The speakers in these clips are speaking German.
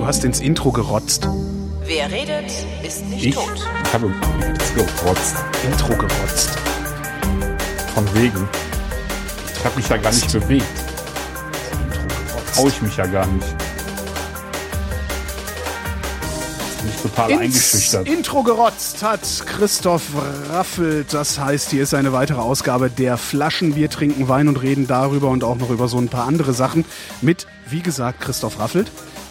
hast ins Intro gerotzt. Wer redet, ist nicht tot. Ich habe jetzt gerotzt. Intro gerotzt. Von wegen. Ich habe mich ja gar nicht bewegt. Intro gerotzt. Traue ich mich ja gar nicht. Bin ich total eingeschüchtert. Intro gerotzt hat Christoph Raffelt. Das heißt, hier ist eine weitere Ausgabe der Flaschen. Wir trinken Wein und reden darüber und auch noch über so ein paar andere Sachen mit, wie gesagt, Christoph Raffelt.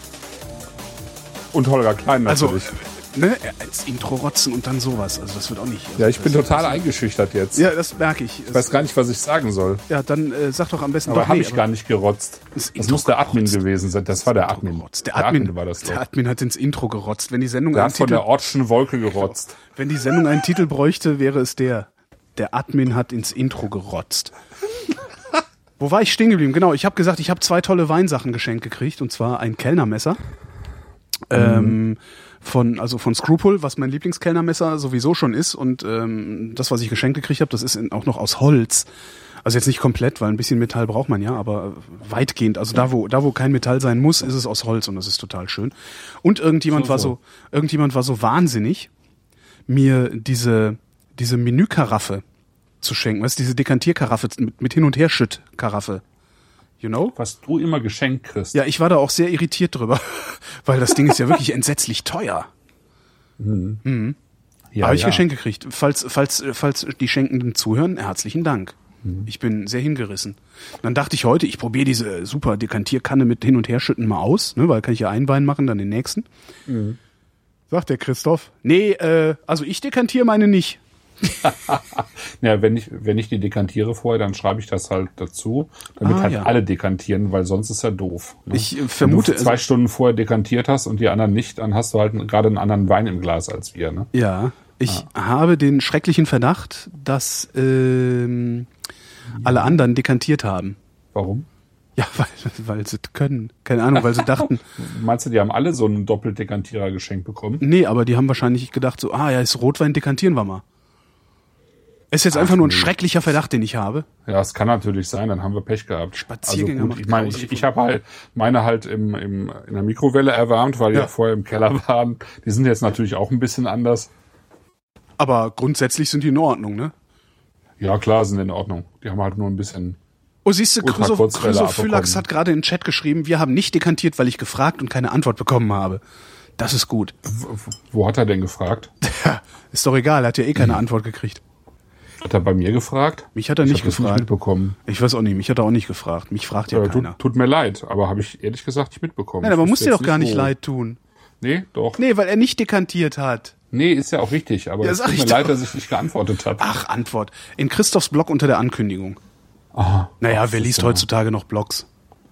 Und Holger Klein natürlich. Also, als Intro rotzen und dann sowas. Also das wird auch nicht. Also ja, ich bin total eingeschüchtert jetzt. Ja, das merke ich. Ich weiß gar nicht, was ich sagen soll. Ja, dann sag doch am besten aber doch habe ich gar nicht gerotzt. Das muss der Admin gewesen sein. Das war der Admin. Der Admin war das doch. Der Admin hat ins Intro gerotzt. Wenn die Sendung Der einen hat von der Ortschen Wolke gerotzt. Wenn die Sendung einen Titel bräuchte, wäre es der. Der Admin hat ins Intro gerotzt. Wo war ich stehen geblieben? Genau, ich habe gesagt, ich habe 2 tolle Weinsachen geschenkt gekriegt. Und zwar ein Kellnermesser. Von Scrupul, was mein Lieblingskellnermesser sowieso schon ist. Und das, was ich geschenkt gekriegt habe, das ist auch noch aus Holz. Also jetzt nicht komplett, weil ein bisschen Metall braucht man ja, aber weitgehend. Also da, wo kein Metall sein muss, ist es aus Holz und das ist total schön. Und irgendjemand war so wahnsinnig, mir diese Menükaraffe zu schenken. Weißt du, diese Dekantierkaraffe mit Hin- und Herschütt-Karaffe. You know? Was du immer geschenkt kriegst. Ja, ich war da auch sehr irritiert drüber, weil das Ding ist ja wirklich entsetzlich teuer. Ja, Habe ich Geschenk gekriegt. Falls die Schenkenden zuhören, herzlichen Dank. Ich bin sehr hingerissen. Dann dachte ich heute, ich probiere diese super Dekantierkanne mit Hin- und Herschütten mal aus, ne, weil kann ich ja einen Wein machen, dann den nächsten. Sagt der Christoph. Nee, also ich dekantiere meine nicht. Ja, wenn ich die dekantiere vorher, dann schreibe ich das halt dazu, damit alle dekantieren, weil sonst ist ja doof. Ne? Ich vermute, wenn du 2 Stunden vorher dekantiert hast und die anderen nicht, dann hast du halt gerade einen anderen Wein im Glas als wir. Ne? Ja, ich habe den schrecklichen Verdacht, dass alle anderen dekantiert haben. Warum? Ja, weil sie können. Keine Ahnung, weil sie dachten. Meinst du, die haben alle so einen Doppeldekantierer geschenkt bekommen? Nee, aber die haben wahrscheinlich gedacht so, ja, ist Rotwein, dekantieren wir mal. Ist jetzt einfach nur ein schrecklicher Verdacht, den ich habe. Ja, es kann natürlich sein, dann haben wir Pech gehabt. Spaziergänger also gut, ich meine, ich habe halt meine halt in der Mikrowelle erwärmt, weil die ja vorher im Keller waren. Die sind jetzt natürlich auch ein bisschen anders. Aber grundsätzlich sind die in Ordnung, ne? Ja, klar, sind in Ordnung. Die haben halt nur ein bisschen. Oh, siehst du, Chrysophylax hat gerade in den Chat geschrieben, wir haben nicht dekantiert, weil ich gefragt und keine Antwort bekommen habe. Das ist gut. Wo hat er denn gefragt? Ist doch egal, er hat ja eh keine Antwort gekriegt. Hat er bei mir gefragt? Mich hat er nicht gefragt. Nicht mitbekommen. Ich weiß auch nicht, mich hat er auch nicht gefragt. Mich fragt ja keiner. Tut mir leid, aber habe ich ehrlich gesagt nicht mitbekommen. Nein, aber muss dir doch gar nicht leid tun. Nee, doch. Nee, weil er nicht dekantiert hat. Nee, ist ja auch richtig, aber es tut mir leid, dass ich nicht geantwortet habe. Ach, Antwort. In Christophs Blog unter der Ankündigung. Aha. Naja, wer liest heutzutage noch Blogs?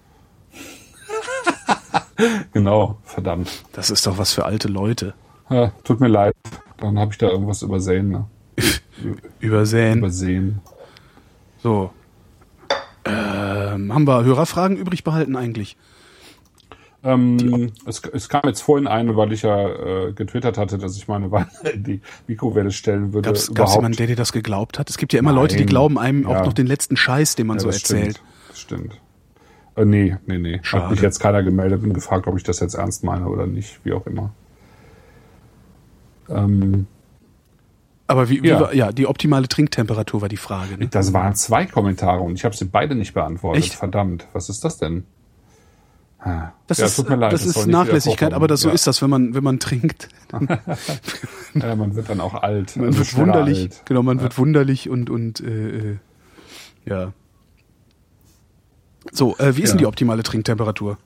Genau, verdammt. Das ist doch was für alte Leute. Ja, tut mir leid, dann habe ich da irgendwas übersehen. Ne? Übersehen. So. Haben wir Hörerfragen übrig behalten eigentlich? Es kam jetzt vorhin eine, weil ich ja getwittert hatte, dass ich meine Weine in die Mikrowelle stellen würde. Gab's jemanden, der dir das geglaubt hat? Es gibt ja immer Leute, die glauben einem auch noch den letzten Scheiß, den man so erzählt. Das stimmt. Nee. Hat mich jetzt keiner gemeldet und gefragt, ob ich das jetzt ernst meine oder nicht, wie auch immer. Aber die optimale Trinktemperatur war die Frage. Ne? Das waren 2 Kommentare und ich habe sie beide nicht beantwortet. Echt? Verdammt, was ist das denn? Tut mir leid, das ist Nachlässigkeit, aber so ist das, wenn man trinkt. Ja, man wird dann auch alt. Man wird wunderlich, alt. Genau, man wird wunderlich und ja. So, wie ist denn die optimale Trinktemperatur?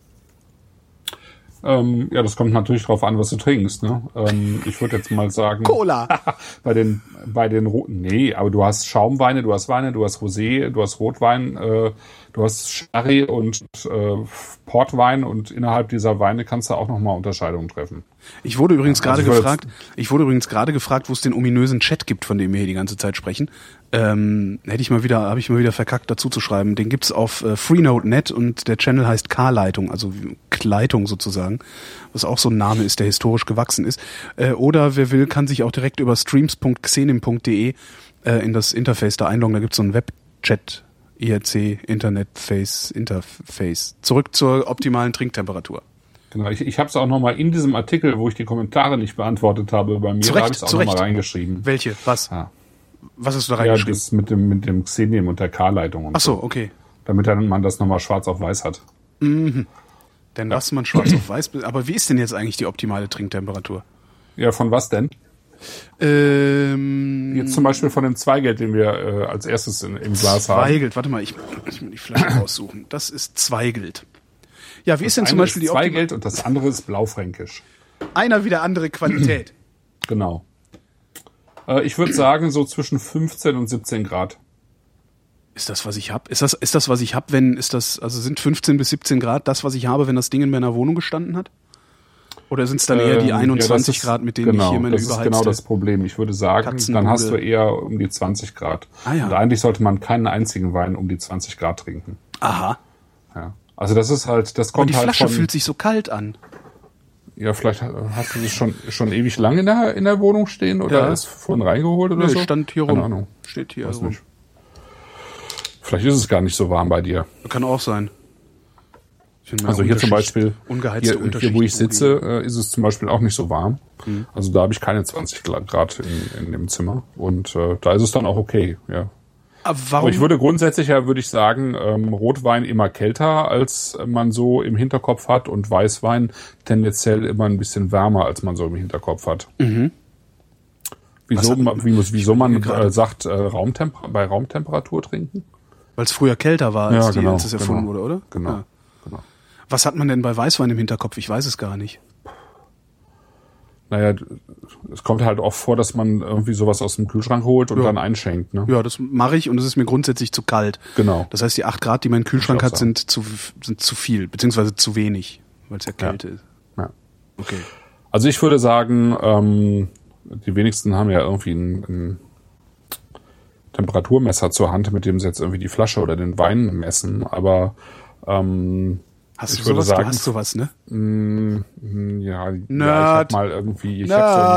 Ja, das kommt natürlich drauf an, was du trinkst. Ne? Ich würde jetzt mal sagen... Cola! bei den roten... Nee, aber du hast Schaumweine, du hast Weine, du hast Rosé, du hast Rotwein, du hast Sherry und Portwein und innerhalb dieser Weine kannst du auch nochmal Unterscheidungen treffen. Ich wurde übrigens gerade gefragt, wo es den ominösen Chat gibt, von dem wir hier die ganze Zeit sprechen. Habe ich mal wieder verkackt, dazu zu schreiben. Den gibt's auf Freenode.net und der Channel heißt K-Leitung, also Leitung sozusagen, was auch so ein Name ist, der historisch gewachsen ist. Oder wer will, kann sich auch direkt über streams.xenim.de in das Interface da einloggen. Da gibt's so ein Webchat, IRC, Interface. Zurück zur optimalen Trinktemperatur. Genau, ich habe es auch nochmal in diesem Artikel, wo ich die Kommentare nicht beantwortet habe, bei mir habe ich es auch nochmal reingeschrieben. Welche? Was? Ja. Was hast du da reingeschrieben? Ja, das mit dem Xenium und der K-Leitung und Ach so, okay. Damit dann man das nochmal schwarz auf weiß hat. Mhm. Denn was man schwarz auf weiß... Aber wie ist denn jetzt eigentlich die optimale Trinktemperatur? Ja, von was denn? Jetzt zum Beispiel von dem Zweigelt, den wir als erstes im Glas haben. Zweigelt, warte mal, ich muss mir die Flasche raussuchen. Das ist Zweigelt. Ja, wie ist denn zum Beispiel die Zweigelt und das andere ist Blaufränkisch. Einer wie der andere Qualität. Genau. Ich würde sagen, so zwischen 15 und 17 Grad. Ist das, was ich habe? Ist das, was ich habe, also sind 15 bis 17 Grad das, was ich habe, wenn das Ding in meiner Wohnung gestanden hat? Oder sind es dann eher die 21 Grad, mit denen ich hier meine überheizte... Das ist genau das Problem. Ich würde sagen, dann hast du eher um die 20 Grad. Ah, ja. Und eigentlich sollte man keinen einzigen Wein um die 20 Grad trinken. Aha. Ja. Also das ist halt, das kommt halt halt von... Die Flasche fühlt sich so kalt an. Ja, vielleicht hast du das schon ewig lang in der Wohnung stehen oder ist vorhin reingeholt oder so? Stand hier rum. Keine Ahnung. Steht hier Weiß rum. Nicht. Vielleicht ist es gar nicht so warm bei dir. Kann auch sein. Also hier zum Beispiel, ungeheizte hier wo ich sitze, ist es zum Beispiel auch nicht so warm. Mhm. Also da habe ich keine 20 Grad in dem Zimmer. Und da ist es dann auch okay, ja. Aber ich würde grundsätzlich würde ich sagen, Rotwein immer kälter, als man so im Hinterkopf hat, und Weißwein tendenziell immer ein bisschen wärmer, als man so im Hinterkopf hat. Mhm. Wieso man sagt, bei Raumtemperatur trinken? Weil es früher kälter war, als es erfunden wurde, oder? Genau. Ja. Was hat man denn bei Weißwein im Hinterkopf? Ich weiß es gar nicht. Naja, es kommt halt oft vor, dass man irgendwie sowas aus dem Kühlschrank holt und dann einschenkt. Ne? Ja, das mache ich, und es ist mir grundsätzlich zu kalt. Genau. Das heißt, die 8 Grad, die mein Kühlschrank hat, sind zu viel, beziehungsweise zu wenig, weil es ja Kälte ist. Ja. Okay. Also ich würde sagen, die wenigsten haben ja irgendwie ein Temperaturmesser zur Hand, mit dem sie jetzt irgendwie die Flasche oder den Wein messen, aber Hast du sowas? Du hast sowas, ne? Ja, Nerd. Ich hab mal irgendwie...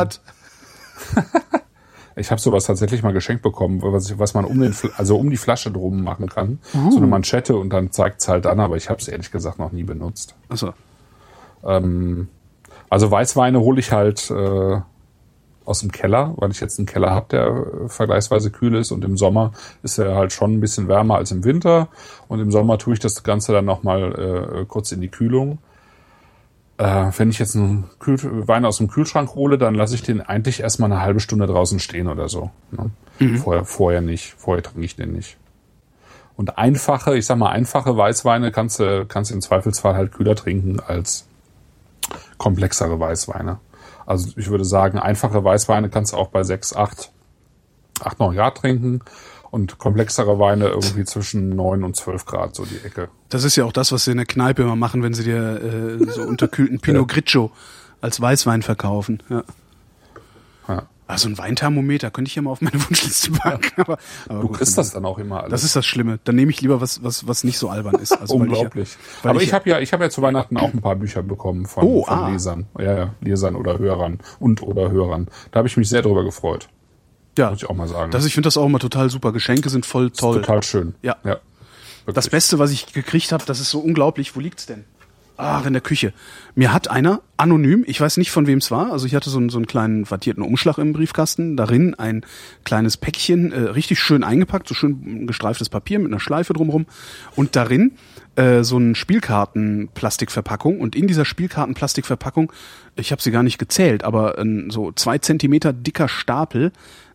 Ich habe sowas tatsächlich mal geschenkt bekommen, was man um die Flasche drum machen kann. So eine Manschette, und dann zeigt's halt an, aber ich habe es ehrlich gesagt noch nie benutzt. Ach so. Also Weißweine hole ich halt aus dem Keller, weil ich jetzt einen Keller habe, der vergleichsweise kühl ist, und im Sommer ist er halt schon ein bisschen wärmer als im Winter, und im Sommer tue ich das Ganze dann nochmal kurz in die Kühlung. Wenn ich jetzt einen Wein aus dem Kühlschrank hole, dann lasse ich den eigentlich erstmal eine halbe Stunde draußen stehen oder so. Ne? Mhm. Vorher nicht. Vorher trinke ich den nicht. Und einfache Weißweine kannst du im Zweifelsfall halt kühler trinken als komplexere Weißweine. Also ich würde sagen, einfache Weißweine kannst du auch bei 6, 8, 9 Grad trinken, und komplexere Weine irgendwie zwischen 9 und 12 Grad, so die Ecke. Das ist ja auch das, was sie in der Kneipe immer machen, wenn sie dir so unterkühlten Pinot Grigio als Weißwein verkaufen. Ja. Also ein Weinthermometer könnte ich ja mal auf meine Wunschliste packen. Aber du kriegst das dann auch immer alles. Das ist das Schlimme. Dann nehme ich lieber was nicht so albern ist. Also unglaublich. Ich habe ja zu Weihnachten auch ein paar Bücher bekommen von Lesern. Ja, Lesern oder Hörern oder Hörern. Da habe ich mich sehr drüber gefreut. Ja. Muss ich auch mal sagen. Ich finde das auch immer total super. Geschenke sind voll toll. Total schön. Ja. Das Beste, was ich gekriegt habe, das ist so unglaublich. Wo liegt's denn? Ach, in der Küche. Mir hat einer anonym, ich weiß nicht, von wem es war, also ich hatte so einen kleinen wattierten Umschlag im Briefkasten, darin ein kleines Päckchen, richtig schön eingepackt, so schön gestreiftes Papier mit einer Schleife drumherum, und darin so ein Spielkartenplastikverpackung, und in dieser Spielkartenplastikverpackung, ich habe sie gar nicht gezählt, aber so 2 Zentimeter dicker Stapel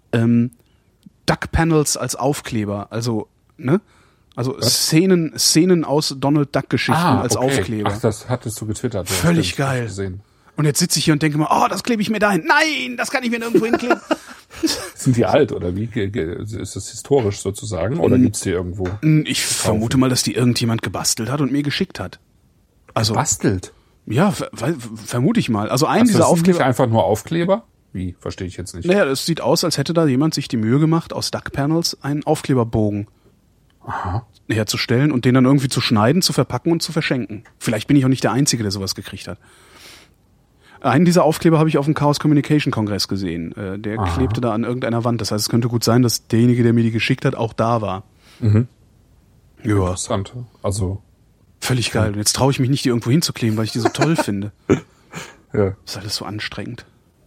Duck Panels als Aufkleber, also, ne? Also Szenen aus Donald Duck Geschichten als Aufkleber. Ach, das hattest du getwittert. Ja, völlig geil. Und jetzt sitze ich hier und denke mal, das klebe ich mir dahin. Nein, das kann ich mir nirgendwo hinkleben. Sind die alt oder wie? Ist das historisch sozusagen oder gibt's die irgendwo? Ich vermute mal, dass die irgendjemand gebastelt hat und mir geschickt hat. Also gebastelt? Ja, vermute ich mal. Also dieser Aufkleber. Nicht einfach nur Aufkleber? Wie? Verstehe ich jetzt nicht. Naja, es sieht aus, als hätte da jemand sich die Mühe gemacht, aus Duck Panels einen Aufkleberbogen herzustellen und den dann irgendwie zu schneiden, zu verpacken und zu verschenken. Vielleicht bin ich auch nicht der Einzige, der sowas gekriegt hat. Einen dieser Aufkleber habe ich auf dem Chaos Communication Kongress gesehen. Der klebte da an irgendeiner Wand. Das heißt, es könnte gut sein, dass derjenige, der mir die geschickt hat, auch da war. Mhm. Ja. Interessant. Also Völlig geil. Und jetzt traue ich mich nicht, die irgendwo hinzukleben, weil ich die so toll finde. Ja. Das ist alles so anstrengend.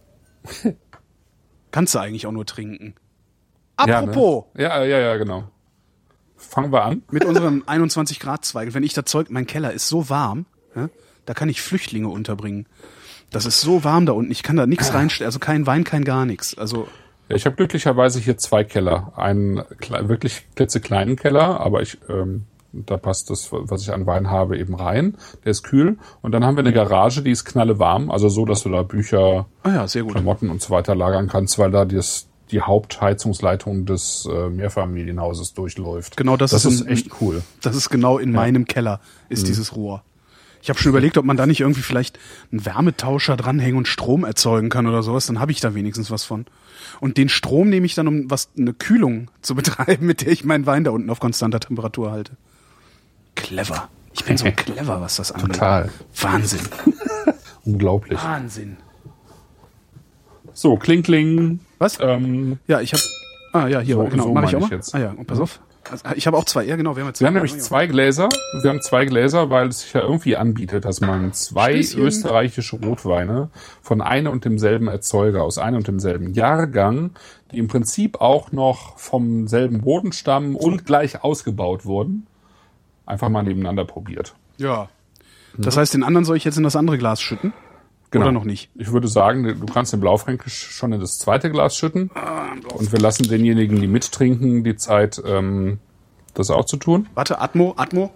Kannst du eigentlich auch nur trinken. Apropos. Ja, ne? Ja, genau. Fangen wir an. Mit unserem 21 Grad Zweigel. Wenn ich das Zeug, mein Keller ist so warm, ja, da kann ich Flüchtlinge unterbringen. Das ist so warm da unten. Ich kann da nichts reinstellen. Also kein Wein, kein gar nichts. Also. Ja, ich habe glücklicherweise hier 2 Keller. Einen wirklich klitzekleinen Keller, aber da passt das, was ich an Wein habe, eben rein. Der ist kühl. Und dann haben wir eine Garage, die ist knallewarm. Also so, dass du da Bücher, sehr gut. Klamotten und so weiter lagern kannst, weil da die Hauptheizungsleitung des Mehrfamilienhauses durchläuft. Genau, das ist echt cool. Das ist genau in meinem Keller, ist dieses Rohr. Ich habe schon überlegt, ob man da nicht irgendwie vielleicht einen Wärmetauscher dranhängen und Strom erzeugen kann oder sowas. Dann habe ich da wenigstens was von. Und den Strom nehme ich dann, um eine Kühlung zu betreiben, mit der ich meinen Wein da unten auf konstanter Temperatur halte. Clever. Ich bin so clever, was das angeht. Total. Wahnsinn. Unglaublich. Wahnsinn. So, Kling, Kling. Was? Ja, ich habe... hier, so, genau. So Mach ich auch mal? jetzt. Und pass auf. Also, ich habe auch 2. Ja, genau. Wir haben nämlich 2 Gläser. Wir haben 2 Gläser, weil es sich ja irgendwie anbietet, dass man 2 österreichische Rotweine von einem und demselben Erzeuger, aus einem und demselben Jahrgang, die im Prinzip auch noch vom selben Boden stammen und gleich ausgebaut wurden, einfach mal nebeneinander probiert. Ja. Das heißt, den anderen soll ich jetzt in das andere Glas schütten? Genau. Oder noch nicht? Ich würde sagen, du kannst den Blaufränkisch schon in das 2. Glas schütten. Und wir lassen denjenigen, die mittrinken, die Zeit, das auch zu tun. Warte, Atmo.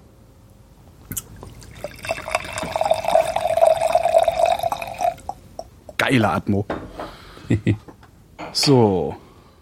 Geiler Atmo. So.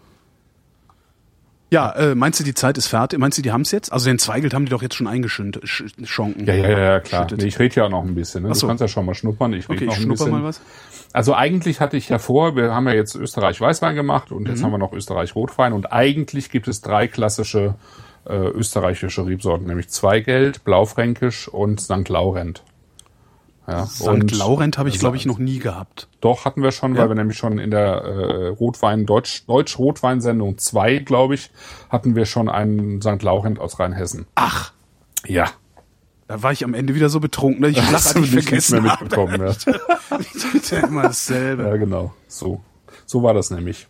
Ja, meinst du, die Zeit ist fertig? Meinst du, die haben es jetzt? Also den Zweigelt haben die doch jetzt schon eingeschonken. Ja, klar. Nee, ich rede ja auch noch ein bisschen. Ne? Ach so. Du kannst ja schon mal schnuppern. Ich rede noch ein schnupper bisschen. Mal was. Also eigentlich hatte ich ja vor, wir haben ja jetzt Österreich-Weißwein gemacht und jetzt haben wir noch Österreich-Rotwein. Und eigentlich gibt es 3 klassische österreichische Rebsorten, nämlich Zweigelt, Blaufränkisch und St. Laurent. Ja, St. Laurent habe ich, glaube ich, noch nie gehabt. Doch, hatten wir schon, weil wir nämlich schon in der Deutsch-Rotwein-Sendung 2, glaube ich, hatten wir schon einen St. Laurent aus Rheinhessen. Ach. Ja. Da war ich am Ende wieder so betrunken, dass ich Hast du nichts mehr mitbekommen. Ja. Das ist ja immer dasselbe. Ja, genau. So war das nämlich.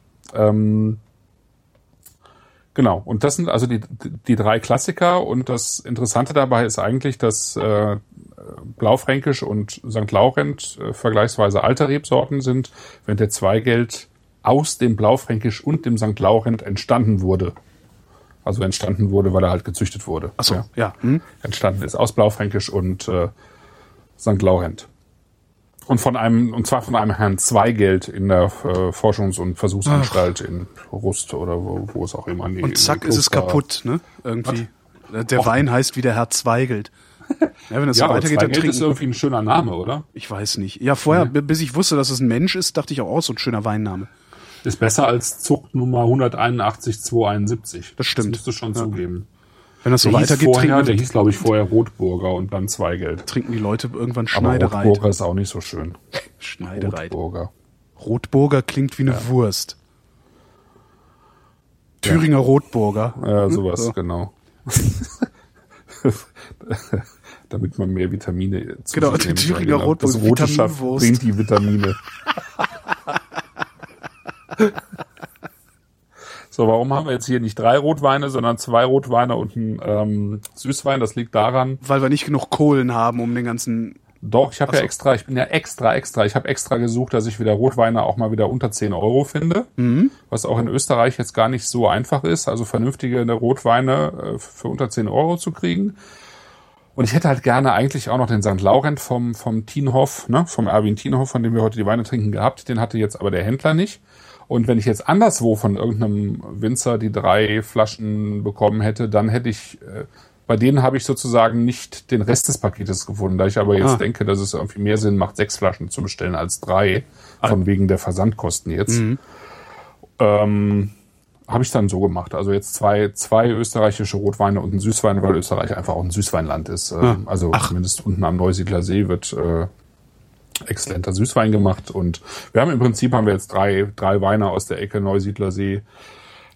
Genau. Und das sind also die 3 Klassiker. Und das Interessante dabei ist eigentlich, dass Blaufränkisch und St. Laurent vergleichsweise alte Rebsorten sind, während der Zweigelt aus dem Blaufränkisch und dem St. Laurent entstanden wurde. Also entstanden wurde, weil er halt gezüchtet wurde. Ach so, ja. Entstanden ist aus Blaufränkisch und St. Laurent. Und zwar von einem Herrn Zweigelt in der Forschungs- und Versuchsanstalt in Rust oder wo es auch immer. Und zack ist es kaputt, ne? Irgendwie. Der Wein heißt wie der Herr Zweigelt. Ja, wenn das so weitergeht, dann trinken. Ist irgendwie ein schöner Name, oder? Ich weiß nicht. Ja, vorher, bis ich wusste, dass es ein Mensch ist, dachte ich auch, so ein schöner Weinname. Ist besser als Zuchtnummer 181271. Das stimmt. Das musst du schon zugeben. Wenn das so weitergeht, der hieß, glaube ich, vorher Rotburger und dann Zweigelt. Trinken die Leute irgendwann Aber Schneidereit. Rotburger ist auch nicht so schön. Schneidereit. Rotburger klingt wie eine Wurst. Thüringer Rotburger. Ja, sowas, genau. Damit man mehr Vitamine zu genau, sich die nehmen Thüringer Rotburger. Das rote Schaf bringt die Vitamine. So, warum haben wir jetzt hier nicht 3 Rotweine, sondern 2 Rotweine und einen Süßwein? Das liegt daran... Weil wir nicht genug Kohlen haben, um den ganzen... Doch, ich habe extra gesucht, dass ich wieder Rotweine auch mal wieder unter 10 Euro finde, was auch in Österreich jetzt gar nicht so einfach ist, also vernünftige Rotweine für unter 10 Euro zu kriegen. Und ich hätte halt gerne eigentlich auch noch den St. Laurent vom Tienhoff, ne, vom Erwin Tienhoff, von dem wir heute die Weine trinken, gehabt. Den hatte jetzt aber der Händler nicht. Und wenn ich jetzt anderswo von irgendeinem Winzer die 3 Flaschen bekommen hätte, dann hätte ich... Bei denen habe ich sozusagen nicht den Rest des Paketes gefunden. Da ich aber jetzt denke, dass es irgendwie mehr Sinn macht, 6 Flaschen zu bestellen als 3, von wegen der Versandkosten jetzt, habe ich dann so gemacht. Also jetzt zwei österreichische Rotweine und ein Süßwein, weil Österreich einfach auch ein Süßweinland ist. Also zumindest unten am Neusiedler See wird exzellenter Süßwein gemacht. Und wir haben jetzt 3 Weine aus der Ecke Neusiedler See.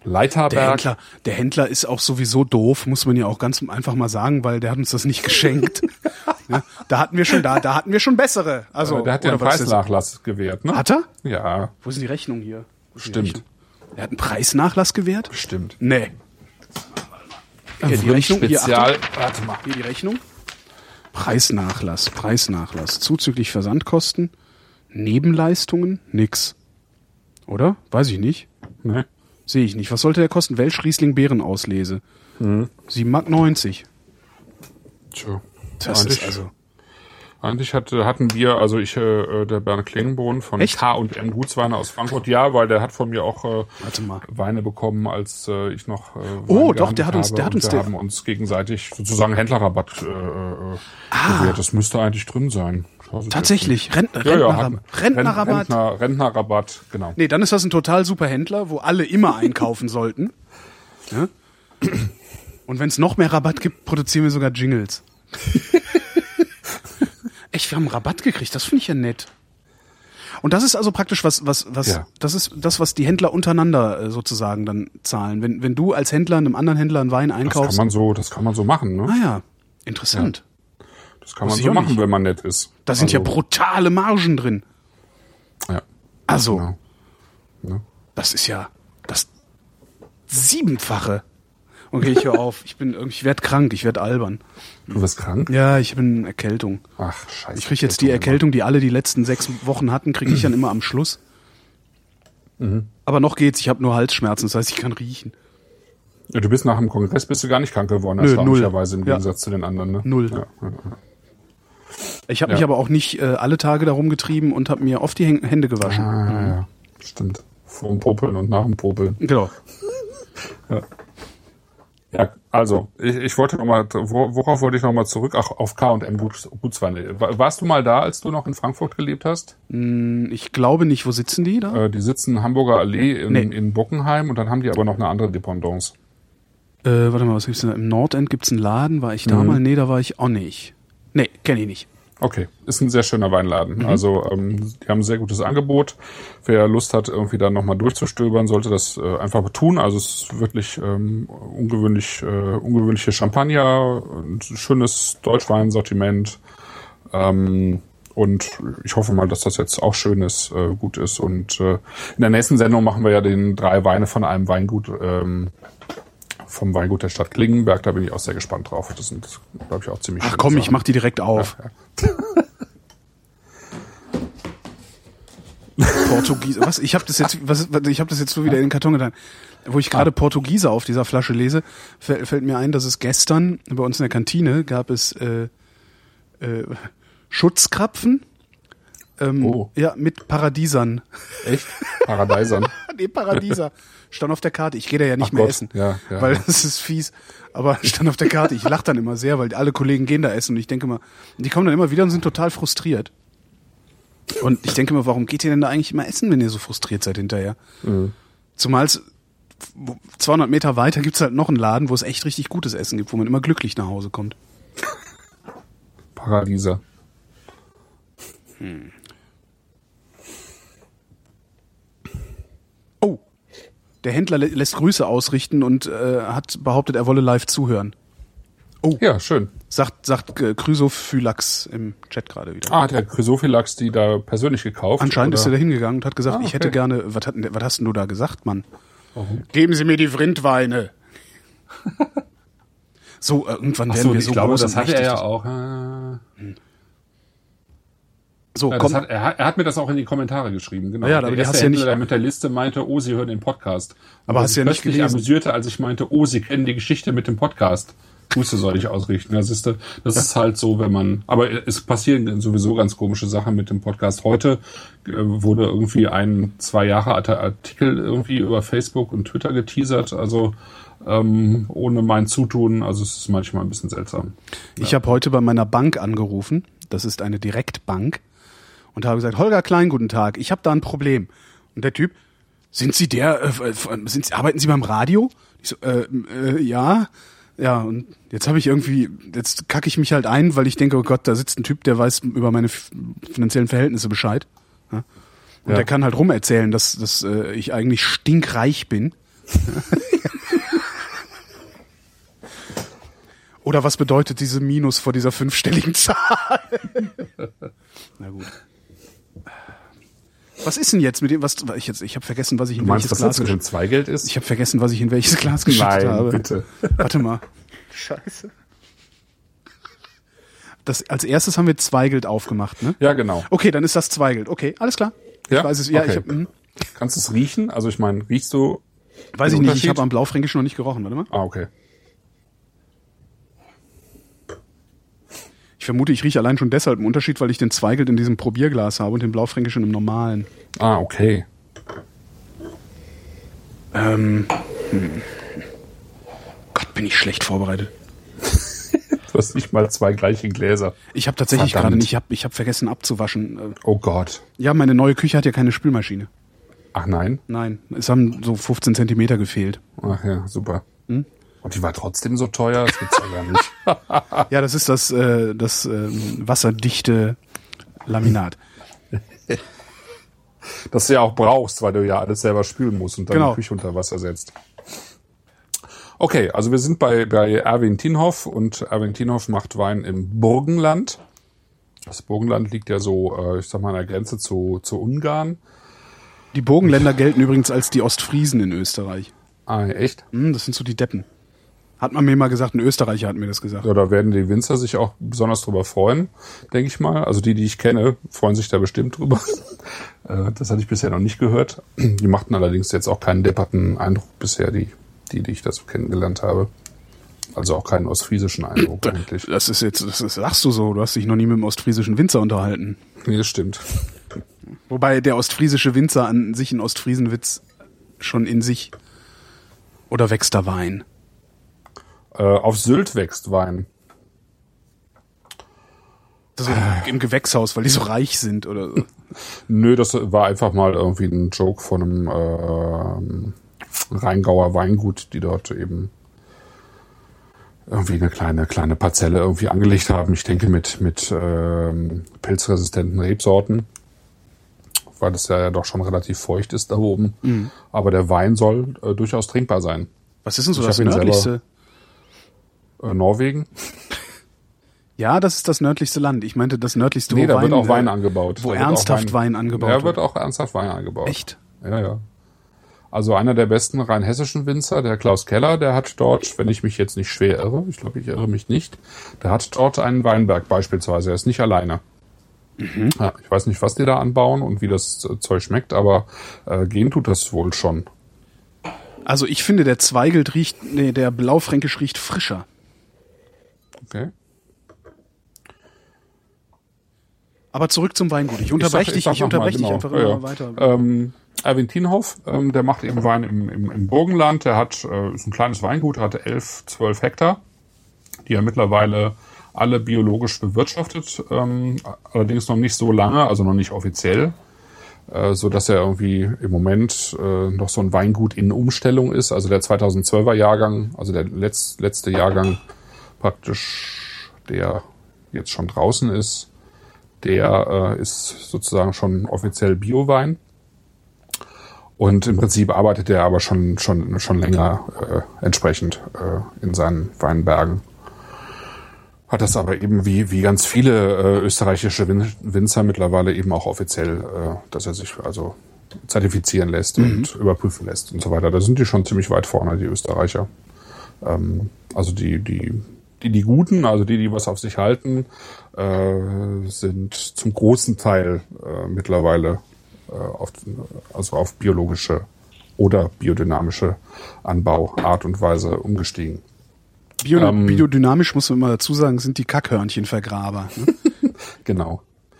Leiterberg. Der Händler ist auch sowieso doof, muss man ja auch ganz einfach mal sagen, weil der hat uns das nicht geschenkt. Ja, da hatten wir schon bessere. Also, der hat ja einen Preisnachlass gewährt, ne? Hat er? Ja. Wo ist die Rechnung hier? Stimmt. Er hat einen Preisnachlass gewährt? Stimmt. Nee. Hier die Rechnung. Spezial. Warte mal. Hier die Rechnung. Preisnachlass. Zuzüglich Versandkosten. Nebenleistungen? Nix. Oder? Weiß ich nicht. Nee. Sehe ich nicht. Was sollte der kosten? Welsch Riesling Beerenauslese. 7,90 Mark. Tja. Das ist also... Eigentlich hatten wir, also der Bernd Klingenbohn von K&M Gutsweine aus Frankfurt, ja, weil der hat von mir auch Weine bekommen, als ich noch Weine der hat uns wir haben uns gegenseitig sozusagen Händlerrabatt gewährt. Das müsste eigentlich drin sein. Tatsächlich, Rentnerrabatt, genau. Nee, dann ist das ein total super Händler, wo alle immer einkaufen sollten. Ja? Und wenn es noch mehr Rabatt gibt, produzieren wir sogar Jingles. Echt, wir haben Rabatt gekriegt, das finde ich ja nett. Und das ist also praktisch was, das ist das, was die Händler untereinander sozusagen dann zahlen. Wenn du als Händler einem anderen Händler einen Wein einkaufst. Das kann man so machen, ne? Ah ja, interessant. Ja. Das kann man so machen, wenn man nett ist. Da sind ja brutale Margen drin. Ja. Also, genau. Ja. Das ist ja das 7-fache. Okay, ich höre auf. Ich werde krank, ich werde albern. Du wirst krank? Ja, ich bin Erkältung. Ach, scheiße. Ich kriege jetzt die Erkältung, die alle die letzten 6 Wochen hatten, kriege ich dann immer am Schluss. Aber noch geht's, ich habe nur Halsschmerzen, das heißt, ich kann riechen. Ja, du bist nach dem Kongress gar nicht krank geworden, erstaunlicherweise im Gegensatz zu den anderen, ne? Null. Ja. Ich habe mich aber auch nicht alle Tage darum getrieben und habe mir oft die Hände gewaschen. Ja, stimmt. Vor dem Popeln und nach dem Popeln. Genau. Ja, also, ich wollte nochmal, worauf wollte ich nochmal zurück? Ach, auf K&M Gutsweine. Warst du mal da, als du noch in Frankfurt gelebt hast? Ich glaube nicht. Wo sitzen die da? Die sitzen in Hamburger Allee in Bockenheim und dann haben die aber noch eine andere Dependance. Warte mal, was gibt's denn da? Im Nordend gibt's einen Laden. War ich da mal? Nee, da war ich auch nicht. Nee, kenne ich nicht. Okay, ist ein sehr schöner Weinladen. Also die haben ein sehr gutes Angebot. Wer Lust hat, irgendwie da nochmal durchzustöbern, sollte das einfach tun. Also es ist wirklich ungewöhnliche Champagner, ein schönes Deutschweinsortiment. Und ich hoffe mal, dass das jetzt auch schön ist, gut ist. Und in der nächsten Sendung machen wir ja den 3 Weine von einem Weingut, vom Weingut der Stadt Klingenberg. Da bin ich auch sehr gespannt drauf. Das sind, glaube ich, auch ziemlich Ach komm, ich mach die direkt auf. Ja. Portugiese. Was? Ich habe das jetzt so wieder in den Karton getan. Wo ich gerade Portugiese auf dieser Flasche lese, fällt mir ein, dass es gestern bei uns in der Kantine gab es Schutzkrapfen. Ja, mit Paradiesern. Echt? Paradiesern? Nee, Paradieser. Stand auf der Karte. Ich gehe da ja nicht mehr essen, weil das ist fies. Aber stand auf der Karte. Ich lache dann immer sehr, weil alle Kollegen gehen da essen. Und ich denke immer, die kommen dann immer wieder und sind total frustriert. Und ich denke immer, warum geht ihr denn da eigentlich immer essen, wenn ihr so frustriert seid hinterher? Zumal 200 Meter weiter gibt's halt noch einen Laden, wo es echt richtig gutes Essen gibt, wo man immer glücklich nach Hause kommt. Paradieser. Oh, der Händler lässt Grüße ausrichten und hat behauptet, er wolle live zuhören. Oh, ja, schön. Sagt Chrysophylax im Chat gerade wieder. Ah, der Chrysophylax, die da persönlich gekauft? Anscheinend ist er da hingegangen und hat gesagt, ich hätte gerne, was hast denn du da gesagt, Mann? Geben Sie mir die Vrindweine. So, irgendwann werden wir so glaube, groß das und hatte er mächtig. ja auch. So, Ja, komm. er hat mir das auch in die Kommentare geschrieben, genau. Ja, aber der die erste hast du ja Händler, nicht- der mit der Liste meinte, oh, Sie hören den Podcast. Aber hast du ja nicht plötzlich gelesen. amüsierte, als ich meinte, oh, Sie kennen die Geschichte mit dem Podcast. Grüße soll ich ausrichten. Das ist halt so, wenn man, aber es passieren sowieso ganz komische Sachen mit dem Podcast. Heute wurde irgendwie ein 2 Jahre alter Artikel irgendwie über Facebook und Twitter geteasert, also ohne mein Zutun, also es ist manchmal ein bisschen seltsam. Ich habe heute bei meiner Bank angerufen, das ist eine Direktbank, und habe gesagt, Holger Klein, guten Tag, ich habe da ein Problem. Und der Typ, arbeiten Sie beim Radio? Ich so, ja. Ja, und jetzt kacke ich mich halt ein, weil ich denke, oh Gott, da sitzt ein Typ, der weiß über meine finanziellen Verhältnisse Bescheid. Ja? Und der kann halt rumerzählen, dass ich eigentlich stinkreich bin. Oder was bedeutet diese Minus vor dieser 5-stelligen Zahl? Na gut. Was ist denn jetzt mit dem, ich habe vergessen, was ich in welches Glas mit dem Zweigeld ist? Ich habe vergessen, was ich in welches Glas geschüttet habe. Nein, bitte. Warte mal. Scheiße. Als erstes haben wir Zweigeld aufgemacht, ne? Ja, genau. Okay, dann ist das Zweigeld. Okay, alles klar. Ja? Ich weiß es. Ja, okay. Kannst du es riechen? Also ich meine, riechst du? Weiß ich nicht. Ich habe am Blaufränkischen noch nicht gerochen. Warte mal. Ah, okay. Ich vermute, ich rieche allein schon deshalb einen Unterschied, weil ich den Zweigelt in diesem Probierglas habe und den Blaufränkischen im normalen. Ah, okay. Gott, bin ich schlecht vorbereitet. Du hast nicht mal 2 gleiche Gläser. Ich habe tatsächlich gerade nicht, ich habe vergessen abzuwaschen. Oh Gott. Ja, meine neue Küche hat ja keine Spülmaschine. Ach nein? Nein, es haben so 15 Zentimeter gefehlt. Ach ja, super. Hm? Und die war trotzdem so teuer? Das gibt's ja gar nicht. Ja, das ist das wasserdichte Laminat. Das du ja auch brauchst, weil du ja alles selber spülen musst und dann die Küche unter Wasser setzt. Okay, also wir sind bei Erwin Tienhoff und Erwin Tienhoff macht Wein im Burgenland. Das Burgenland liegt ja so, ich sag mal, an der Grenze zu Ungarn. Die Burgenländer gelten übrigens als die Ostfriesen in Österreich. Ah, echt? Das sind so die Deppen. Hat man mir mal gesagt, ein Österreicher hat mir das gesagt. Ja, da werden die Winzer sich auch besonders drüber freuen, denke ich mal. Also die ich kenne, freuen sich da bestimmt drüber. Das hatte ich bisher noch nicht gehört. Die machten allerdings jetzt auch keinen depperten Eindruck bisher, die ich da so kennengelernt habe. Also auch keinen ostfriesischen Eindruck eigentlich. Das sagst du so, du hast dich noch nie mit dem ostfriesischen Winzer unterhalten. Nee, das stimmt. Wobei der ostfriesische Winzer an sich ein Ostfriesenwitz schon in sich. Oder wächst da Wein? Auf Sylt wächst Wein. Also im Gewächshaus, weil die so reich sind oder so. Nö, das war einfach mal irgendwie ein Joke von einem Rheingauer Weingut, die dort eben irgendwie eine kleine Parzelle irgendwie angelegt haben. Ich denke mit pilzresistenten Rebsorten, weil das ja doch schon relativ feucht ist da oben. Mhm. Aber der Wein soll durchaus trinkbar sein. Was ist denn so das nördlichste? Norwegen. Ja, das ist das nördlichste Land. Ich meinte das nördlichste, wo da wird auch Wein angebaut. Wo ernsthaft Wein angebaut wird. Ja, wird auch ernsthaft Wein angebaut. Echt? Ja. Also einer der besten rein hessischen Winzer, der Klaus Keller, der hat dort, wenn ich mich jetzt nicht schwer irre, ich glaube, ich irre mich nicht, der hat dort einen Weinberg beispielsweise. Er ist nicht alleine. Mhm. Ja, ich weiß nicht, was die da anbauen und wie das Zeug schmeckt, aber gehen tut das wohl schon. Also ich finde, der Zweigelt der Blaufränkisch riecht frischer. Okay. Aber zurück zum Weingut. Ich unterbreche dich einfach immer weiter. Erwin Tienhoff, der macht eben Wein im Burgenland. Der ist ein kleines Weingut, hat 11-12 Hektar, die er mittlerweile alle biologisch bewirtschaftet, allerdings noch nicht so lange, also noch nicht offiziell, so dass er irgendwie im Moment noch so ein Weingut in Umstellung ist. Also der 2012er Jahrgang, also der letzte Jahrgang praktisch, der jetzt schon draußen ist, der ist sozusagen schon offiziell Biowein. Und im Prinzip arbeitet er aber schon länger entsprechend in seinen Weinbergen. Hat das aber eben wie ganz viele österreichische Winzer mittlerweile eben auch offiziell, dass er sich also zertifizieren lässt und überprüfen lässt und so weiter. Da sind die schon ziemlich weit vorne, die Österreicher. Also die Guten, also die was auf sich halten, sind zum großen Teil mittlerweile auf biologische oder biodynamische Anbauart und Weise umgestiegen. Biodynamisch, muss man mal dazu sagen, sind die Kackhörnchenvergraber. Ne? Genau.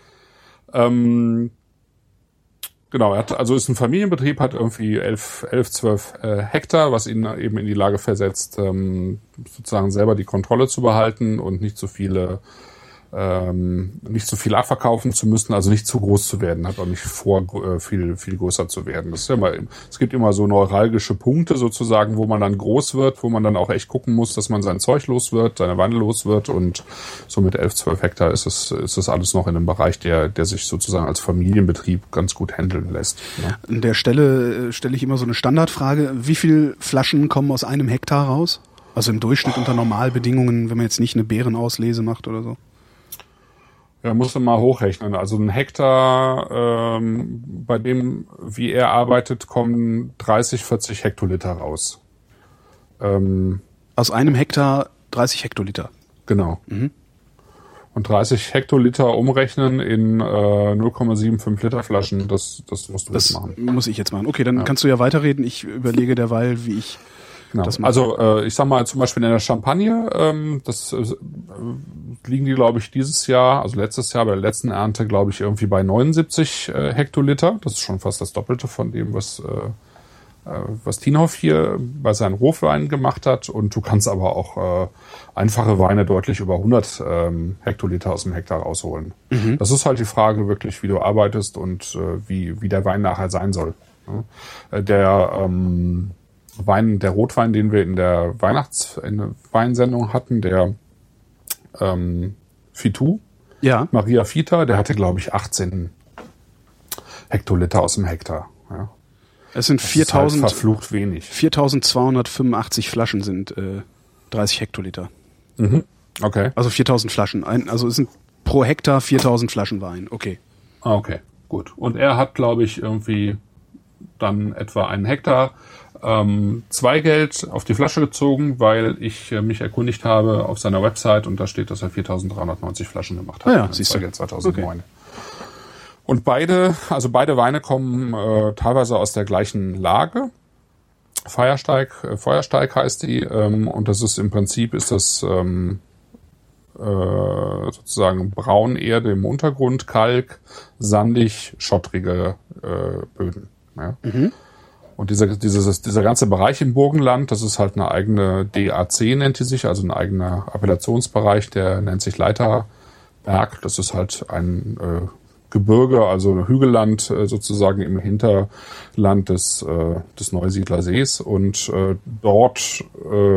Genau, ist ein Familienbetrieb, hat irgendwie 12 Hektar, was ihn eben in die Lage versetzt, sozusagen selber die Kontrolle zu behalten und nicht so viele nicht zu viel abverkaufen zu müssen, also nicht zu groß zu werden, hat auch nicht vor, viel größer zu werden. Das ist ja immer, es gibt immer so neuralgische Punkte sozusagen, wo man dann groß wird, wo man dann auch echt gucken muss, dass man sein Zeug los wird, seine Weine los wird, und so mit 11, 12 Hektar ist es alles noch in einem Bereich, der sich sozusagen als Familienbetrieb ganz gut handeln lässt. Ne? An der Stelle stelle ich immer so eine Standardfrage: Wie viel Flaschen kommen aus einem Hektar raus? Also im Durchschnitt unter Normalbedingungen, wenn man jetzt nicht eine Beerenauslese macht oder so? Ja, musst du mal hochrechnen. Also ein Hektar, bei dem, wie er arbeitet, kommen 30, 40 Hektoliter raus. Aus einem Hektar 30 Hektoliter? Genau. Mhm. Und 30 Hektoliter umrechnen in 0,75 Liter Flaschen, das musst du jetzt machen. Das muss ich jetzt machen. Okay, dann kannst du ja weiterreden. Ich überlege derweil, wie ich das mache. Also ich sag mal zum Beispiel in der Champagne, liegen die, glaube ich, dieses Jahr, also letztes Jahr bei der letzten Ernte, glaube ich, irgendwie bei 79 Hektoliter. Das ist schon fast das Doppelte von dem, was Tinhoff hier bei seinen Rotweinen gemacht hat. Und du kannst aber auch einfache Weine deutlich über 100 Hektoliter aus dem Hektar rausholen. Mhm. Das ist halt die Frage wirklich, wie du arbeitest und wie der Wein nachher sein soll. Ja? Der Rotwein, den wir in der Weinsendung hatten, der Fitou, ja. Maria Fita, der hatte, glaube ich, 18 Hektoliter aus dem Hektar. Ja. Es sind 4.000, halt verflucht wenig. 4.285 Flaschen sind 30 Hektoliter. Mhm. Okay. Also 4.000 Flaschen. Also es sind pro Hektar 4.000 Flaschen Wein. Okay. Okay, gut. Und er hat, glaube ich, irgendwie dann etwa einen Hektar Zweigeld auf die Flasche gezogen, weil ich mich erkundigt habe auf seiner Website, und da steht, dass er 4.390 Flaschen gemacht hat. Ah ja, siehst du. Zweigeld 2009. Okay. Und beide Weine kommen teilweise aus der gleichen Lage. Feuersteig heißt die, und das ist im Prinzip sozusagen Braunerde im Untergrund, Kalk, sandig, schottrige Böden. Ja. Mhm. Und dieser ganze Bereich im Burgenland, das ist halt eine eigene DAC, nennt die sich, also ein eigener Appellationsbereich, der nennt sich Leiterberg. Das ist halt ein Gebirge, also ein Hügelland sozusagen im Hinterland des Neusiedler-Sees. Und dort,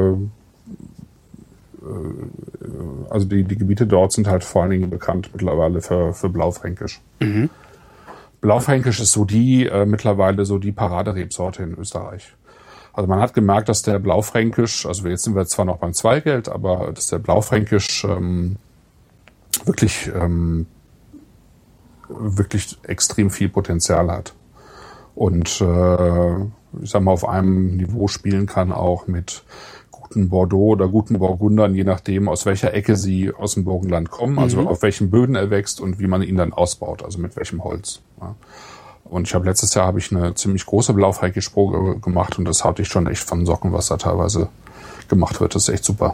also die Gebiete dort sind halt vor allen Dingen bekannt mittlerweile für Blaufränkisch. Mhm. Blaufränkisch ist mittlerweile so die Paraderebsorte in Österreich. Also man hat gemerkt, dass der Blaufränkisch, also jetzt sind wir zwar noch beim Zweigeld, aber dass der Blaufränkisch wirklich extrem viel Potenzial hat. Und ich sag mal, auf einem Niveau spielen kann auch mit guten Bordeaux oder guten Burgundern, je nachdem, aus welcher Ecke sie aus dem Burgenland kommen, also auf welchen Böden er wächst und wie man ihn dann ausbaut, also mit welchem Holz. Ja. Und letztes Jahr habe ich eine ziemlich große Blaufränkisch-Probe gemacht, und das hatte ich schon echt von Socken, was da teilweise gemacht wird. Das ist echt super.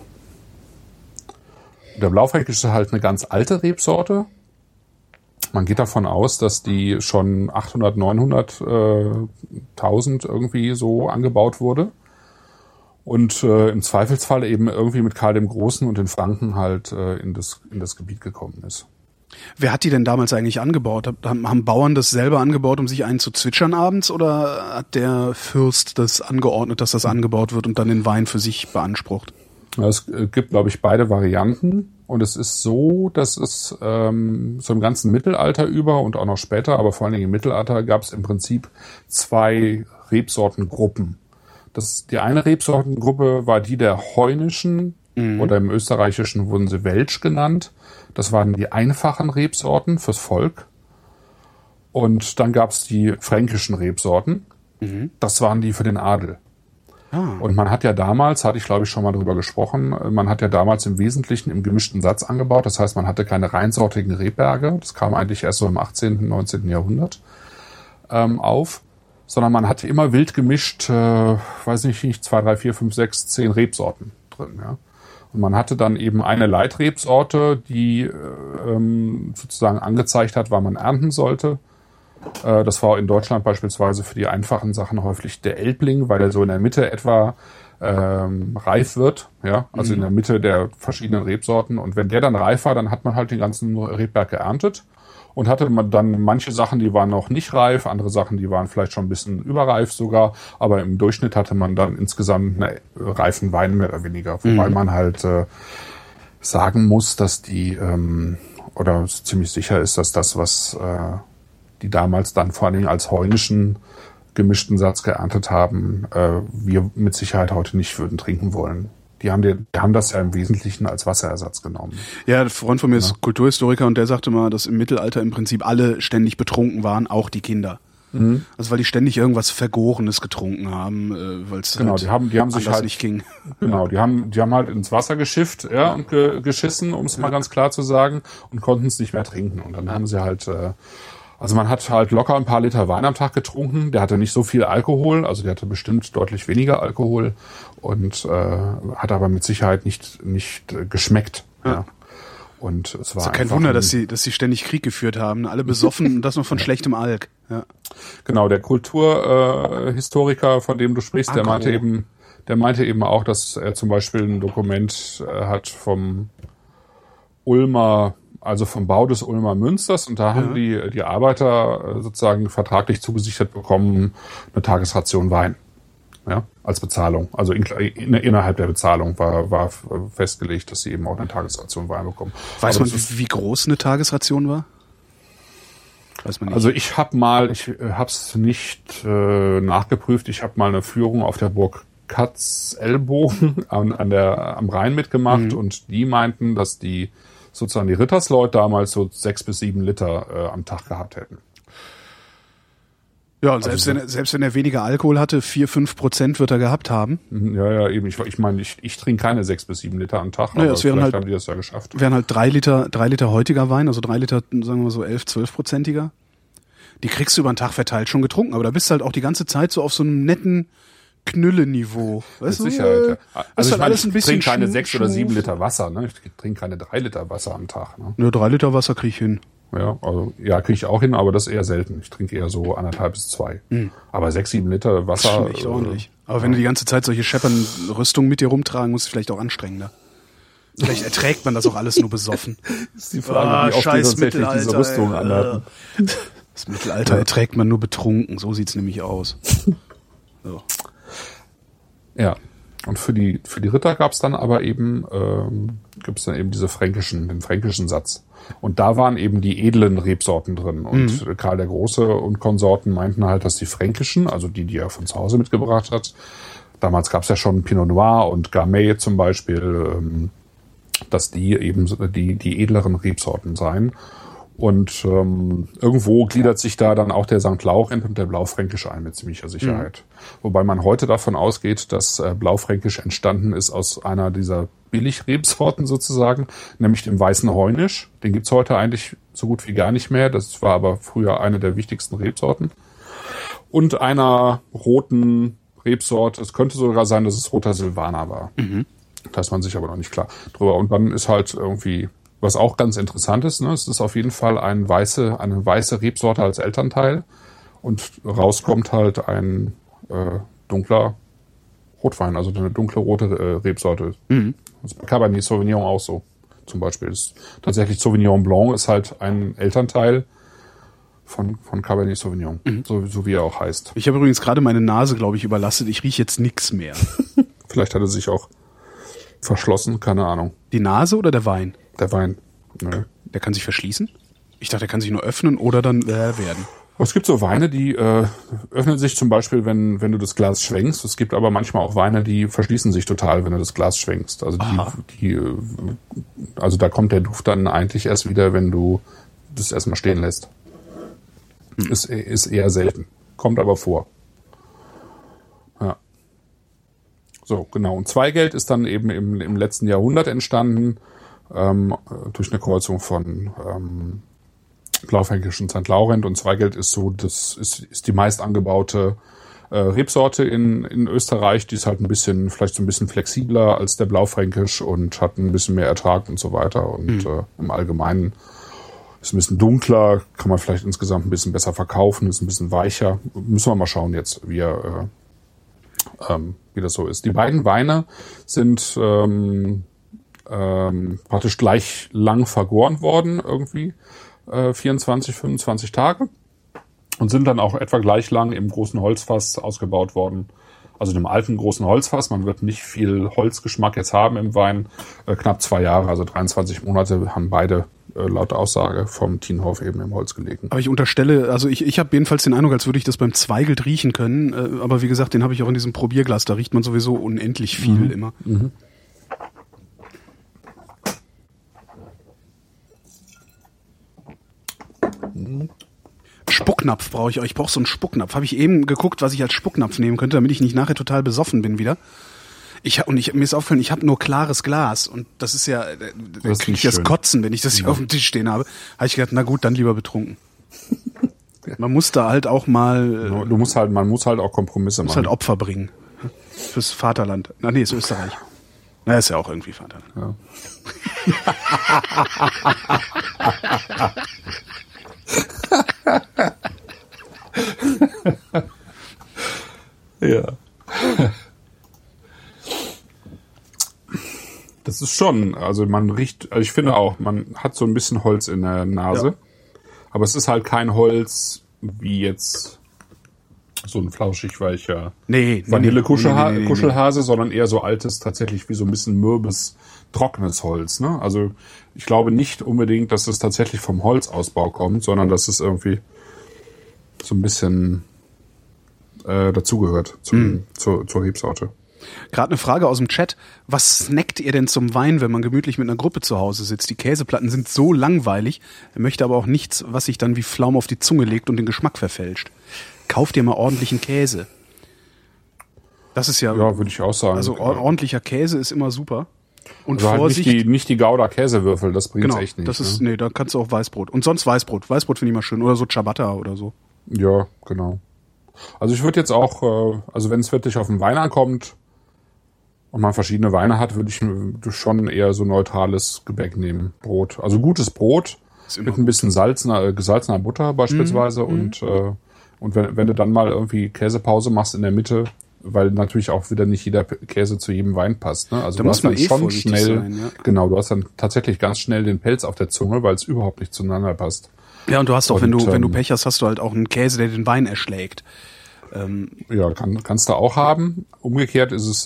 Der Blaufränkisch ist halt eine ganz alte Rebsorte. Man geht davon aus, dass die schon 800, 900, 1000 irgendwie so angebaut wurde. Und im Zweifelsfall eben irgendwie mit Karl dem Großen und den Franken halt in das Gebiet gekommen ist. Wer hat die denn damals eigentlich angebaut? Haben Bauern das selber angebaut, um sich einen zu zwitschern abends, oder hat der Fürst das angeordnet, dass das angebaut wird und dann den Wein für sich beansprucht? Es gibt, glaube ich, beide Varianten. Und es ist so, dass es so im ganzen Mittelalter über und auch noch später, aber vor allen Dingen im Mittelalter, gab es im Prinzip 2 Rebsortengruppen. Die eine Rebsortengruppe war die der heunischen, oder im Österreichischen wurden sie Welsch genannt. Das waren die einfachen Rebsorten fürs Volk. Und dann gab es die fränkischen Rebsorten. Mhm. Das waren die für den Adel. Ah. Und man hat ja damals, hatte ich glaube ich schon mal drüber gesprochen, man hat ja damals im Wesentlichen im gemischten Satz angebaut. Das heißt, man hatte keine reinsortigen Rebberge. Das kam eigentlich erst so im 18., 19. Jahrhundert auf. Sondern man hatte immer wild gemischt, weiß nicht, 2, 3, 4, 5, 6, 10 Rebsorten drin. Ja. Und man hatte dann eben eine Leitrebsorte, die sozusagen angezeigt hat, wann man ernten sollte. Das war in Deutschland beispielsweise für die einfachen Sachen häufig der Elbling, weil er so in der Mitte etwa reif wird, ja, also in der Mitte der verschiedenen Rebsorten. Und wenn der dann reif war, dann hat man halt den ganzen Rebberg geerntet und hatte man dann manche Sachen, die waren noch nicht reif, andere Sachen, die waren vielleicht schon ein bisschen überreif sogar, aber im Durchschnitt hatte man dann insgesamt einen reifen Wein mehr oder weniger, wobei man halt sagen muss, dass die oder ziemlich sicher ist, dass das, was die damals dann vor allen Dingen als heunischen gemischten Satz geerntet haben, wir mit Sicherheit heute nicht würden trinken wollen. Die haben das ja im Wesentlichen als Wasserersatz genommen. Ja, ein Freund von mir ist Kulturhistoriker und der sagte mal, dass im Mittelalter im Prinzip alle ständig betrunken waren, auch die Kinder. Also weil die ständig irgendwas Vergorenes getrunken haben, weil es genau, halt die haben sich halt nicht ging. Genau, die haben halt ins Wasser geschifft, ja, und geschissen, um es mal ganz klar zu sagen, und konnten es nicht mehr trinken. Und dann haben sie halt also man hat halt locker ein paar Liter Wein am Tag getrunken. Der hatte nicht so viel Alkohol, also der hatte bestimmt deutlich weniger Alkohol und hat aber mit Sicherheit nicht geschmeckt. Ja. Und es war ist ja kein Wunder, dass sie ständig Krieg geführt haben, alle besoffen und das noch von schlechtem Alk. Ja. Genau, der Kulturhistoriker, von dem du sprichst, der meinte eben auch, dass er zum Beispiel ein Dokument hat vom Ulmer, also vom Bau des Ulmer Münsters, und da haben die Arbeiter sozusagen vertraglich zugesichert bekommen, eine Tagesration Wein, ja, als Bezahlung. Also innerhalb der Bezahlung war festgelegt, dass sie eben auch eine Tagesration Wein bekommen. Weiß man, wie groß eine Tagesration war? Weiß man nicht. Also ich hab's nicht nachgeprüft. Ich habe mal eine Führung auf der Burg Katz-Ellbogen am Rhein mitgemacht, und die meinten, dass die sozusagen die Rittersleute damals so 6 bis 7 Liter am Tag gehabt hätten. Ja, und selbst wenn er weniger Alkohol hatte, 4-5% wird er gehabt haben. Ja, eben. Ich meine, ich trinke keine 6 bis 7 Liter am Tag, aber das wären vielleicht halt, haben die das ja geschafft. Wären halt 3 Liter heutiger Wein, also 3 Liter, sagen wir mal so 11-12%iger. Die kriegst du über den Tag verteilt schon getrunken, aber da bist du halt auch die ganze Zeit so auf so einem netten Knülle-Niveau. Weißt du? Sicherheit. Also halt ich trinke keine 6 oder 7 Liter Wasser, ne? Ich trinke keine 3 Liter Wasser am Tag, ne? Nur 3 Liter Wasser krieg ich hin. Ja, also kriege ich auch hin, aber das ist eher selten. Ich trinke eher so 1,5 bis 2. Aber 6, 7 Liter Wasser. Das ist schon echt ordentlich. Aber wenn du die ganze Zeit solche scheppern Rüstungen mit dir rumtragen musst, ist es vielleicht auch anstrengender. Vielleicht erträgt man das auch alles nur besoffen. Das ist die Frage, wie oft die tatsächlich diese Rüstungen anhatten. Das Mittelalter erträgt man nur betrunken. So sieht's nämlich aus. So. Ja. Und für die Ritter gab's dann aber eben, den fränkischen Satz. Und da waren eben die edlen Rebsorten drin. Und Karl der Große und Konsorten meinten halt, dass die fränkischen, also die er von zu Hause mitgebracht hat, damals gab's ja schon Pinot Noir und Gamay zum Beispiel, dass die eben die edleren Rebsorten seien. Und irgendwo gliedert sich da dann auch der St. Laurent und der Blaufränkisch ein, mit ziemlicher Sicherheit. Wobei man heute davon ausgeht, dass Blaufränkisch entstanden ist aus einer dieser Billigrebsorten sozusagen, nämlich dem weißen Heunisch. Den gibt's heute eigentlich so gut wie gar nicht mehr. Das war aber früher eine der wichtigsten Rebsorten. Und einer roten Rebsorte. Es könnte sogar sein, dass es roter Silvaner war. Da ist man sich aber noch nicht klar drüber. Und dann ist halt irgendwie, was auch ganz interessant ist, ne, es ist auf jeden Fall eine weiße Rebsorte als Elternteil. Und rauskommt halt ein dunkler Rotwein, also eine dunkle rote Rebsorte. Das ist bei Cabernet Sauvignon auch so. Zum Beispiel ist tatsächlich Sauvignon Blanc ist halt ein Elternteil von Cabernet Sauvignon, so wie er auch heißt. Ich habe übrigens gerade meine Nase, glaube ich, überlastet. Ich rieche jetzt nix mehr. Vielleicht hat er sich auch verschlossen, keine Ahnung. Die Nase oder der Wein? Der Wein. Nö. Der kann sich verschließen? Ich dachte, der kann sich nur öffnen oder dann werden. Es gibt so Weine, die öffnen sich zum Beispiel, wenn du das Glas schwenkst. Es gibt aber manchmal auch Weine, die verschließen sich total, wenn du das Glas schwenkst. Also also da kommt der Duft dann eigentlich erst wieder, wenn du das erstmal stehen lässt. Ist eher selten. Kommt aber vor. Ja. So, genau. Und Zweigelt ist dann eben im letzten Jahrhundert entstanden, durch eine Kreuzung von Blaufränkisch und St. Laurent, und Zweigelt ist das ist die meist angebaute Rebsorte in Österreich. Die ist halt vielleicht so ein bisschen flexibler als der Blaufränkisch und hat ein bisschen mehr Ertrag und so weiter. Und im Allgemeinen ist ein bisschen dunkler, kann man vielleicht insgesamt ein bisschen besser verkaufen, ist ein bisschen weicher. Müssen wir mal schauen jetzt, wie er wie das so ist. Die beiden Weine sind praktisch gleich lang vergoren worden, irgendwie 24, 25 Tage und sind dann auch etwa gleich lang im großen Holzfass ausgebaut worden. Also in einem alten großen Holzfass. Man wird nicht viel Holzgeschmack jetzt haben im Wein. Knapp 2 Jahre, also 23 Monate haben beide laut Aussage vom Tienhof eben im Holz gelegen. Aber ich unterstelle, also ich habe jedenfalls den Eindruck, als würde ich das beim Zweigelt riechen können. Aber wie gesagt, den habe ich auch in diesem Probierglas. Da riecht man sowieso unendlich viel immer. Mhm. Spucknapf brauche ich. Ich brauche so einen Spucknapf. Habe ich eben geguckt, was ich als Spucknapf nehmen könnte, damit ich nicht nachher total besoffen bin wieder. Mir ist aufgefallen, ich habe nur klares Glas und das ist ja, da kriege ich das Kotzen, wenn ich das hier auf dem Tisch stehen habe. Habe ich gedacht, na gut, dann lieber betrunken. Man muss da halt auch mal. Man muss halt auch Kompromisse machen. Man muss halt Opfer bringen. Fürs Vaterland. Na nee, ist Österreich. Na, ist ja auch irgendwie Vaterland. Ja. Ja. Das ist schon, also man riecht, also ich finde auch, man hat so ein bisschen Holz in der Nase, ja. Aber es ist halt kein Holz wie jetzt so ein flauschig weicher Vanille-Kuschelhase, sondern eher so altes, tatsächlich wie so ein bisschen mürbes, trockenes Holz. Ne? Also ich glaube nicht unbedingt, dass es tatsächlich vom Holzausbau kommt, sondern dass es irgendwie so ein bisschen dazugehört zur Rebsorte. Gerade eine Frage aus dem Chat. Was snackt ihr denn zum Wein, wenn man gemütlich mit einer Gruppe zu Hause sitzt? Die Käseplatten sind so langweilig. Er möchte aber auch nichts, was sich dann wie Pflaume auf die Zunge legt und den Geschmack verfälscht. Kauft ihr mal ordentlichen Käse. Das ist ja... Ja, würde ich auch sagen. Also ordentlicher Käse ist immer super. Und also Vorsicht... Halt nicht die Gouda Käsewürfel, das bringt's echt nicht. Das ist, nee, da kannst du auch Weißbrot. Und sonst Weißbrot. Weißbrot finde ich mal schön. Oder so Ciabatta oder so. Ja, genau. Also ich würde jetzt auch, also wenn es wirklich auf den Wein ankommt und man verschiedene Weine hat, würde ich schon eher so neutrales Gebäck nehmen. Brot. Also gutes Brot mit ein bisschen gesalzener Butter beispielsweise und wenn du dann mal irgendwie Käsepause machst in der Mitte, weil natürlich auch wieder nicht jeder Käse zu jedem Wein passt. Ne? Also da du muss hast man dann schon schnell, sein, ja. Genau, du hast dann tatsächlich ganz schnell den Pelz auf der Zunge, weil es überhaupt nicht zueinander passt. Ja, und du hast auch, wenn du Pech hast, hast du halt auch einen Käse, der den Wein erschlägt. Ja, kannst du auch haben. Umgekehrt ist es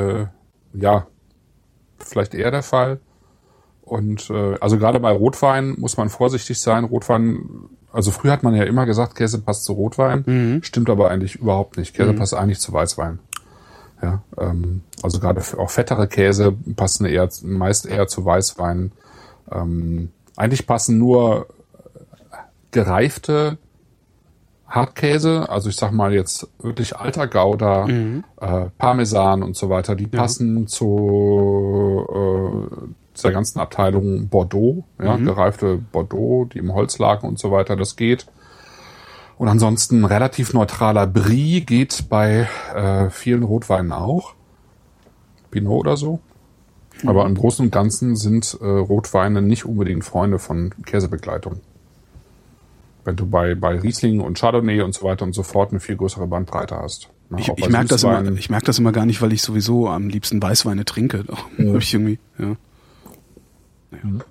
vielleicht eher der Fall. Und also gerade bei Rotwein muss man vorsichtig sein. Rotwein, also früher hat man ja immer gesagt, Käse passt zu Rotwein. Stimmt aber eigentlich überhaupt nicht. Käse passt eigentlich zu Weißwein. Ja, also gerade auch fettere Käse passen meist eher zu Weißwein. Eigentlich passen nur gereifte Hartkäse, also ich sag mal jetzt wirklich alter Gouda, Parmesan und so weiter, die passen zu dieser ganzen Abteilung Bordeaux, gereifte Bordeaux, die im Holz lagen und so weiter, das geht. Und ansonsten relativ neutraler Brie geht bei vielen Rotweinen auch. Pinot oder so. Aber im Großen und Ganzen sind Rotweine nicht unbedingt Freunde von Käsebegleitung. Wenn du bei Riesling und Chardonnay und so weiter und so fort eine viel größere Bandbreite hast. Na, ich merke das immer gar nicht, weil ich sowieso am liebsten Weißweine trinke. Hab ich irgendwie, ja. Naja.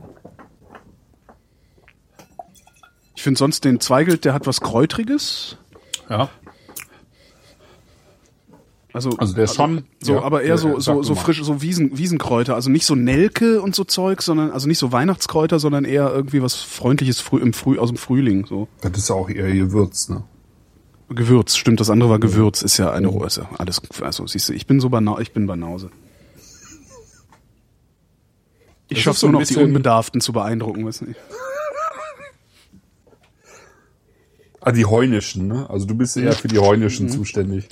Ich finde sonst den Zweigelt, der hat was Kräutriges. Ja. Also der ist schon so, ja, aber eher so frisch, so Wiesenkräuter, also nicht so Nelke und so Zeug, sondern also nicht so Weihnachtskräuter, sondern eher irgendwie was Freundliches aus dem Frühling so. Das ist auch eher Gewürz, ne? Gewürz, stimmt, das andere war Gewürz, ist ja eine Röse. Alles, also siehst du, ich bin Banause. Ich schaffe nur noch die Unbedarften zu beeindrucken, weißt du? Ah, die Heunischen, ne? Also du bist eher für die Heunischen zuständig.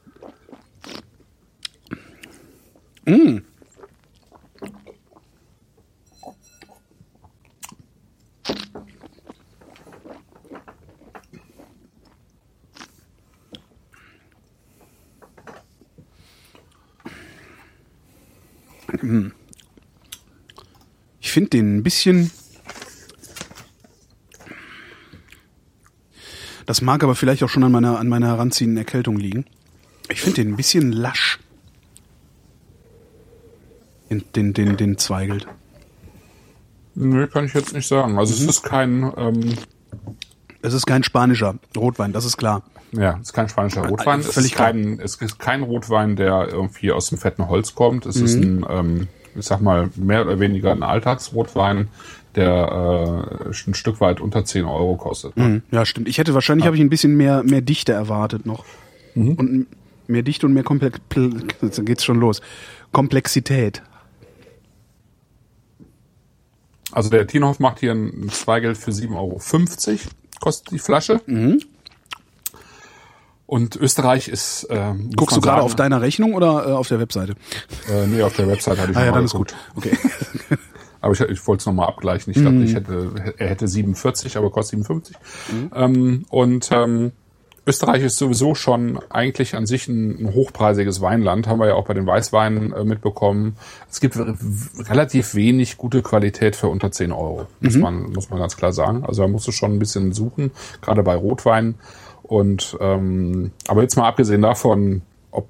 Ich finde den ein bisschen... Das mag aber vielleicht auch schon an meiner heranziehenden Erkältung liegen. Ich finde den ein bisschen lasch. Den Zweigelt. Nee, kann ich jetzt nicht sagen. Also es ist kein... Es ist kein spanischer Rotwein, das ist klar. Ja, es ist kein spanischer Rotwein. Es ist kein Rotwein, der irgendwie aus dem fetten Holz kommt. Es ist ein, ich sag mal, mehr oder weniger ein Alltagsrotwein, der ein Stück weit unter 10 Euro kostet. Ne? Ja, stimmt. Ich hätte wahrscheinlich, habe ich ein bisschen mehr Dichte erwartet noch. Und mehr Dichte und mehr jetzt geht's schon los. Komplexität. Also der Tienhoff macht hier ein Zweigelt für 7,50 Euro, kostet die Flasche. Und Österreich ist... Guckst du gerade auf deiner Rechnung oder auf der Webseite? Nee, auf der Webseite hatte ich ja, mal dann geguckt. Ist gut. Okay. Aber ich wollte es nochmal abgleichen. Ich dachte, er hätte 47, aber kostet 57. Österreich ist sowieso schon eigentlich an sich ein hochpreisiges Weinland, haben wir ja auch bei den Weißweinen mitbekommen. Es gibt relativ wenig gute Qualität für unter 10 Euro, muss man ganz klar sagen. Also da musst du schon ein bisschen suchen, gerade bei Rotweinen. Und aber jetzt mal abgesehen davon, ob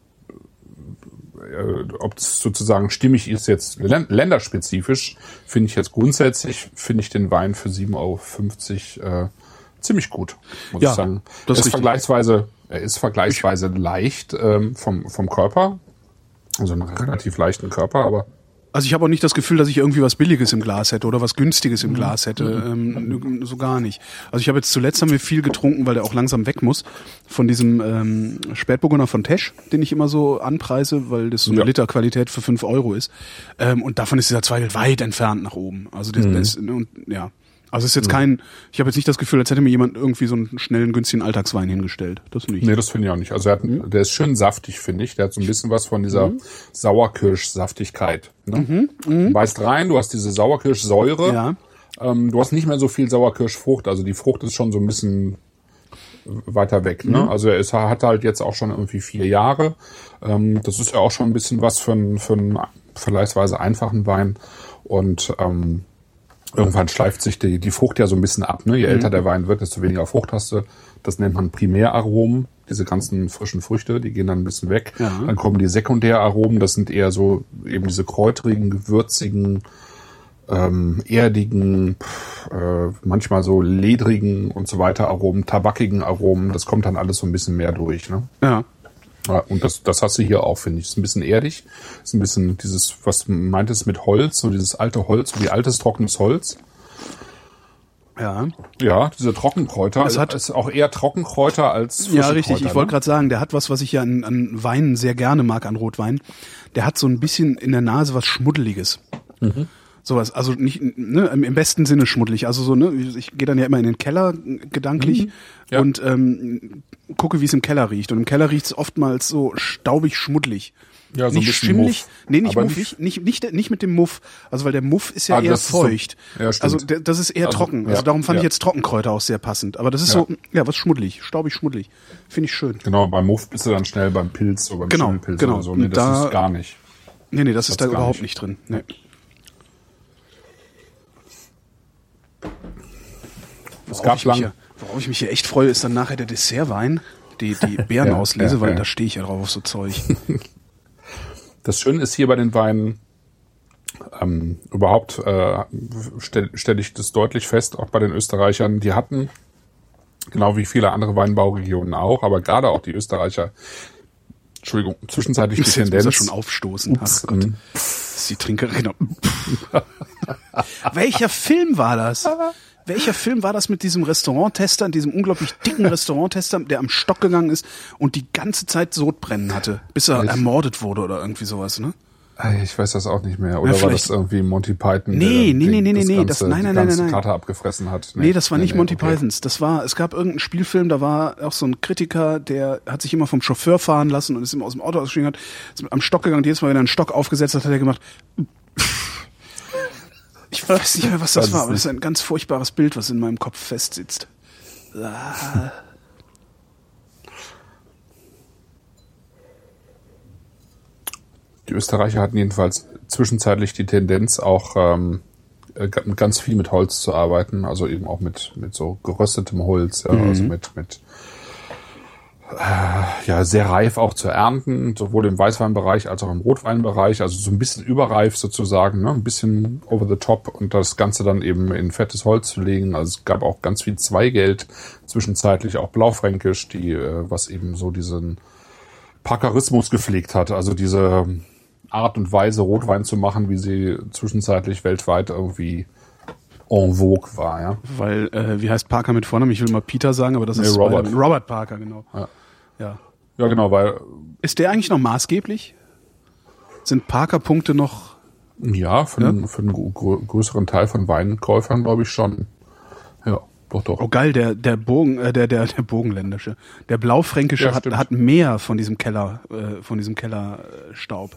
es sozusagen stimmig ist, jetzt länderspezifisch, finde ich jetzt grundsätzlich, den Wein für 7,50 Euro ziemlich gut, muss ich sagen. Er ist vergleichsweise leicht vom Körper, also einen relativ leichten Körper, aber... Also ich habe auch nicht das Gefühl, dass ich irgendwie was Billiges im Glas hätte oder was Günstiges im Glas hätte, so gar nicht. Also ich habe jetzt zuletzt haben wir viel getrunken, weil der auch langsam weg muss, von diesem Spätburgunder von Tesch, den ich immer so anpreise, weil das so eine Literqualität für 5 Euro ist. Und davon ist dieser Zweigelt weit entfernt nach oben. Also das ist, und ja. Also es ist jetzt ich habe jetzt nicht das Gefühl, als hätte mir jemand irgendwie so einen schnellen, günstigen Alltagswein hingestellt. Das nicht. Nee, das finde ich auch nicht. Also der ist schön saftig, finde ich. Der hat so ein bisschen was von dieser Sauerkirsch-Saftigkeit. Ne? Du beißt rein, du hast diese Sauerkirschsäure. Ja. Du hast nicht mehr so viel Sauerkirschfrucht. Also die Frucht ist schon so ein bisschen weiter weg. Ne? Also hat halt jetzt auch schon irgendwie 4 Jahre. Das ist ja auch schon ein bisschen was für einen vergleichsweise einfachen Wein. Und irgendwann schleift sich die Frucht ja so ein bisschen ab. Ne? Je älter der Wein wird, desto weniger Frucht hast du. Das nennt man Primäraromen. Diese ganzen frischen Früchte, die gehen dann ein bisschen weg. Ja. Dann kommen die Sekundäraromen. Das sind eher so eben diese kräuterigen, gewürzigen, erdigen, manchmal so ledrigen und so weiter Aromen, tabakigen Aromen. Das kommt dann alles so ein bisschen mehr durch. Ne? Ja. Und das hast du hier auch, finde ich. Ist ein bisschen erdig. Ist ein bisschen dieses, was du meintest mit Holz, so dieses alte Holz, so wie altes, trockenes Holz. Ja. Ja, diese Trockenkräuter. Es ist auch eher Trockenkräuter als frische Ja, richtig. Kräuter, Ich wollte gerade sagen, der hat was ich ja an Weinen sehr gerne mag, an Rotwein. Der hat so ein bisschen in der Nase was Schmuddeliges. Sowas, also nicht, ne, im besten Sinne schmuddelig. Also so, ne, ich gehe dann ja immer in den Keller gedanklich und gucke, wie es im Keller riecht. Und im Keller riecht es oftmals so staubig, schmuddelig. Ja, so nicht schimmlig, nee, nicht muffig, nicht mit dem Muff. Also weil der Muff ist ja eher feucht. So, ja, also das ist eher trocken. Also darum fand ich jetzt Trockenkräuter auch sehr passend. Aber das ist so, was schmuddelig, staubig, schmuddelig. Finde ich schön. Genau, beim Muff bist du dann schnell beim Pilz oder beim Schimmelpilz oder so. Nee, das ist gar nicht. Nee, das ist da überhaupt nicht drin. Nee. Worauf ich mich hier echt freue, ist dann nachher der Dessertwein, die Beerenauslese, weil da stehe ich ja drauf auf so Zeug. Das Schöne ist hier bei den Weinen, überhaupt stelle ich das deutlich fest, auch bei den Österreichern, die hatten, genau wie viele andere Weinbauregionen auch, aber gerade auch die Österreicher, zwischenzeitlich die Tendenz. Muss er schon aufstoßen. Ach Gott. Das ist die Trinkerin. Welcher Film war das? Welcher Film war das mit diesem Restauranttester, diesem unglaublich dicken Restauranttester, der am Stock gegangen ist und die ganze Zeit Sodbrennen hatte, bis er ermordet wurde oder irgendwie sowas, ne? Ich weiß das auch nicht mehr. Oder war das irgendwie Monty Python? Nee. Die nein. Karte abgefressen hat. Nee, das war nicht Monty Pythons. Es gab irgendeinen Spielfilm, da war auch so ein Kritiker, der hat sich immer vom Chauffeur fahren lassen und ist immer aus dem Auto ausgestiegen, ist am Stock gegangen, jedes Mal, wenn er einen Stock aufgesetzt hat, hat er gemacht. Ich weiß nicht mehr, was das war, aber das ist ein ganz furchtbares Bild, was in meinem Kopf festsitzt. Die Österreicher hatten jedenfalls zwischenzeitlich die Tendenz, auch ganz viel mit Holz zu arbeiten, also eben auch mit so geröstetem Holz, also mit ja, sehr reif auch zu ernten, sowohl im Weißweinbereich als auch im Rotweinbereich, also so ein bisschen überreif sozusagen, ne? Ein bisschen over the top und das Ganze dann eben in fettes Holz zu legen. Also es gab auch ganz viel Zweigeld, zwischenzeitlich auch Blaufränkisch, die was eben so diesen Parkerismus gepflegt hat, also diese Art und Weise, Rotwein zu machen, wie sie zwischenzeitlich weltweit irgendwie en vogue war, ja. Weil, wie heißt Parker mit Vornamen? Ich will mal Peter sagen, aber das ist Robert Parker, genau. Ja, genau, weil... Ist der eigentlich noch maßgeblich? Sind Parker-Punkte noch... Ja, für einen größeren Teil von Weinkäufern glaube ich schon. Ja, doch. Oh geil, der Bogenländische. Der Blaufränkische hat mehr von diesem Kellerstaub.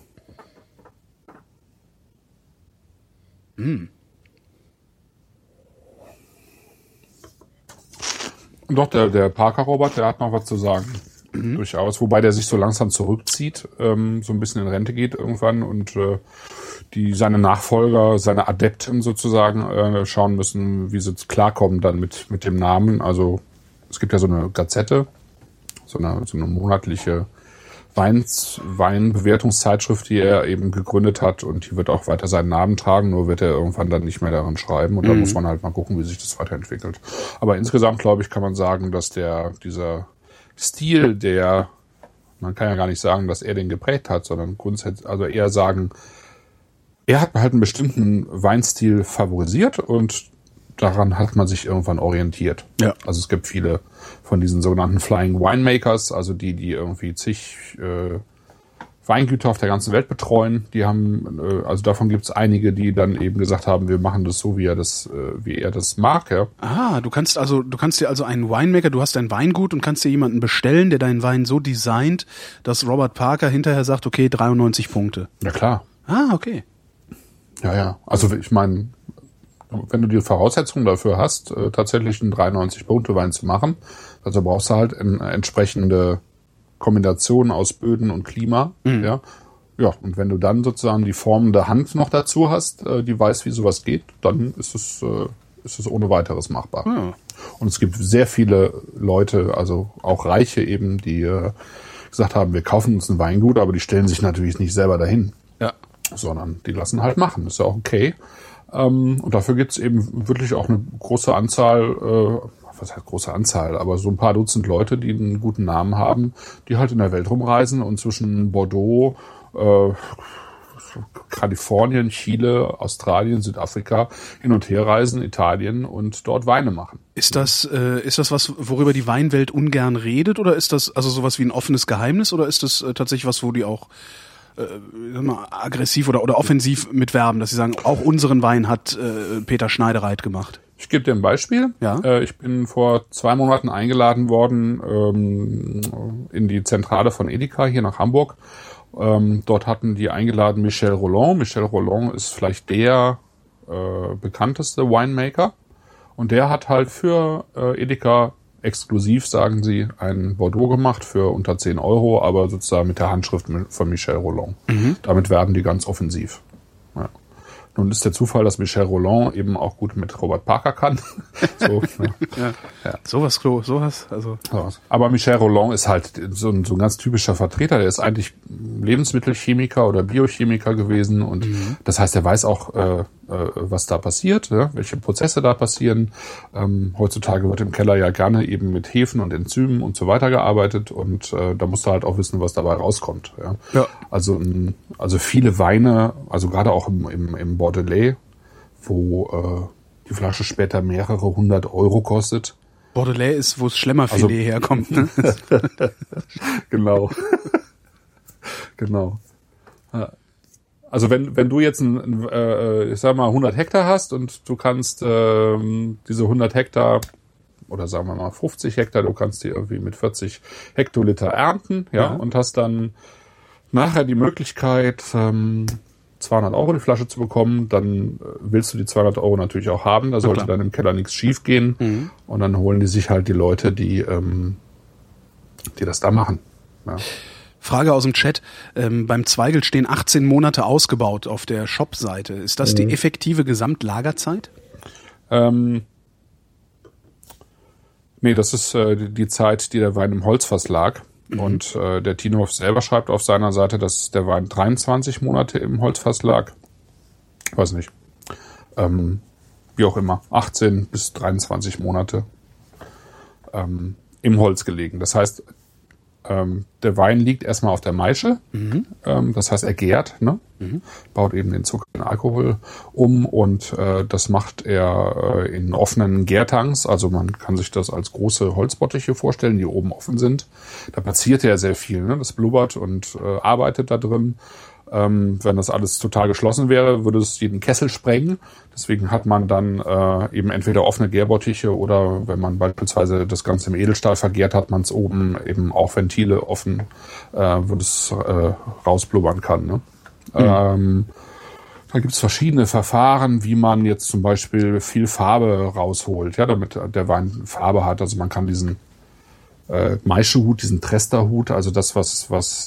Doch, der Parker-Robert, der hat noch was zu sagen. Durchaus, wobei der sich so langsam zurückzieht, so ein bisschen in Rente geht irgendwann und seine Nachfolger, seine Adepten sozusagen schauen müssen, wie sie klarkommen dann mit dem Namen. Also es gibt ja so eine Gazette, so eine monatliche Weinbewertungszeitschrift, die er eben gegründet hat und die wird auch weiter seinen Namen tragen, nur wird er irgendwann dann nicht mehr daran schreiben und da muss man halt mal gucken, wie sich das weiterentwickelt. Aber insgesamt, glaube ich, kann man sagen, dass dieser Stil, man kann ja gar nicht sagen, dass er den geprägt hat, sondern grundsätzlich, also eher sagen, er hat halt einen bestimmten Weinstil favorisiert und daran hat man sich irgendwann orientiert. Ja. Also es gibt viele von diesen sogenannten Flying Winemakers, also die irgendwie zig Weingüter auf der ganzen Welt betreuen. Die haben, also davon gibt es einige, die dann eben gesagt haben, wir machen das so, wie er das mag. Ja. Du kannst dir also einen Winemaker, du hast ein Weingut und kannst dir jemanden bestellen, der deinen Wein so designt, dass Robert Parker hinterher sagt, okay, 93 Punkte. Ja klar. Okay. Ja. Also ich meine, wenn du die Voraussetzungen dafür hast, tatsächlich einen 93-Punkte-Wein zu machen, also brauchst du halt eine entsprechende Kombination aus Böden und Klima. Ja, und wenn du dann sozusagen die formende Hand noch dazu hast, die weiß, wie sowas geht, dann ist es ohne weiteres machbar. Ja. Und es gibt sehr viele Leute, also auch Reiche eben, die gesagt haben, wir kaufen uns ein Weingut, aber die stellen sich natürlich nicht selber dahin. Ja. Sondern die lassen halt machen. Ist ja auch okay. Und dafür gibt es eben wirklich auch eine große Anzahl, was heißt große Anzahl, aber so ein paar Dutzend Leute, die einen guten Namen haben, die halt in der Welt rumreisen und zwischen Bordeaux, Kalifornien, Chile, Australien, Südafrika hin und her reisen, Italien und dort Weine machen. Ist das was, worüber die Weinwelt ungern redet, oder ist das also sowas wie ein offenes Geheimnis, oder ist das tatsächlich was, wo die auch aggressiv oder offensiv mitwerben, dass sie sagen, auch unseren Wein hat Peter Schneidereit gemacht? Ich gebe dir ein Beispiel. Ja? Ich bin vor 2 Monaten eingeladen worden in die Zentrale von Edeka hier nach Hamburg. Dort hatten die eingeladen Michel Rolland. Michel Rolland ist vielleicht der bekannteste Winemaker. Und der hat halt für Edeka exklusiv, sagen sie, ein Bordeaux gemacht für unter 10 €, aber sozusagen mit der Handschrift von Michel Rolland. Damit werben die ganz offensiv. Ja. Nun ist der Zufall, dass Michel Rolland eben auch gut mit Robert Parker kann. So, ja. Sowas. Also. Aber Michel Rolland ist halt so ein ganz typischer Vertreter. Der ist eigentlich Lebensmittelchemiker oder Biochemiker gewesen und das heißt, er weiß auch, was da passiert, ne? Welche Prozesse da passieren. Heutzutage wird im Keller ja gerne eben mit Hefen und Enzymen und so weiter gearbeitet und da musst du halt auch wissen, was dabei rauskommt. Ja? Ja. Also viele Weine, also gerade auch im Bordelais, wo die Flasche später mehrere 100 € kostet. Bordelais ist, wo das Schlemmerfilet herkommt. Ne? Genau. Genau. Ja. Also wenn du jetzt ich sag mal 100 Hektar hast und du kannst diese 100 Hektar oder sagen wir mal 50 Hektar, du kannst die irgendwie mit 40 Hektoliter ernten, ja, und hast dann nachher die Möglichkeit 200 € die Flasche zu bekommen, dann willst du die 200 € natürlich auch haben, da sollte dann im Keller nichts schief gehen und dann holen die sich halt die Leute, die das da machen. Ja. Frage aus dem Chat. Beim Zweigelt stehen 18 Monate ausgebaut auf der Shop-Seite. Ist das die effektive Gesamtlagerzeit? Nee, das ist die Zeit, die der Wein im Holzfass lag. Und der Tienhoff selber schreibt auf seiner Seite, dass der Wein 23 Monate im Holzfass lag. Weiß nicht. Wie auch immer. 18 bis 23 Monate im Holz gelegen. Das heißt, der Wein liegt erstmal auf der Maische. Das heißt, er gärt, ne? Baut eben den Zucker in Alkohol um und das macht er in offenen Gärtanks. Also man kann sich das als große Holzbottiche vorstellen, die oben offen sind. Da passiert ja sehr viel, ne? Das blubbert und arbeitet da drin. Wenn das alles total geschlossen wäre, würde es jeden Kessel sprengen. Deswegen hat man dann eben entweder offene Gärbottiche oder wenn man beispielsweise das Ganze im Edelstahl vergärt, hat man es oben eben auch Ventile offen, wo es rausblubbern kann. Ne? Da gibt es verschiedene Verfahren, wie man jetzt zum Beispiel viel Farbe rausholt, ja, damit der Wein Farbe hat. Also man kann diesen Maischehut, diesen Tresterhut, also das, was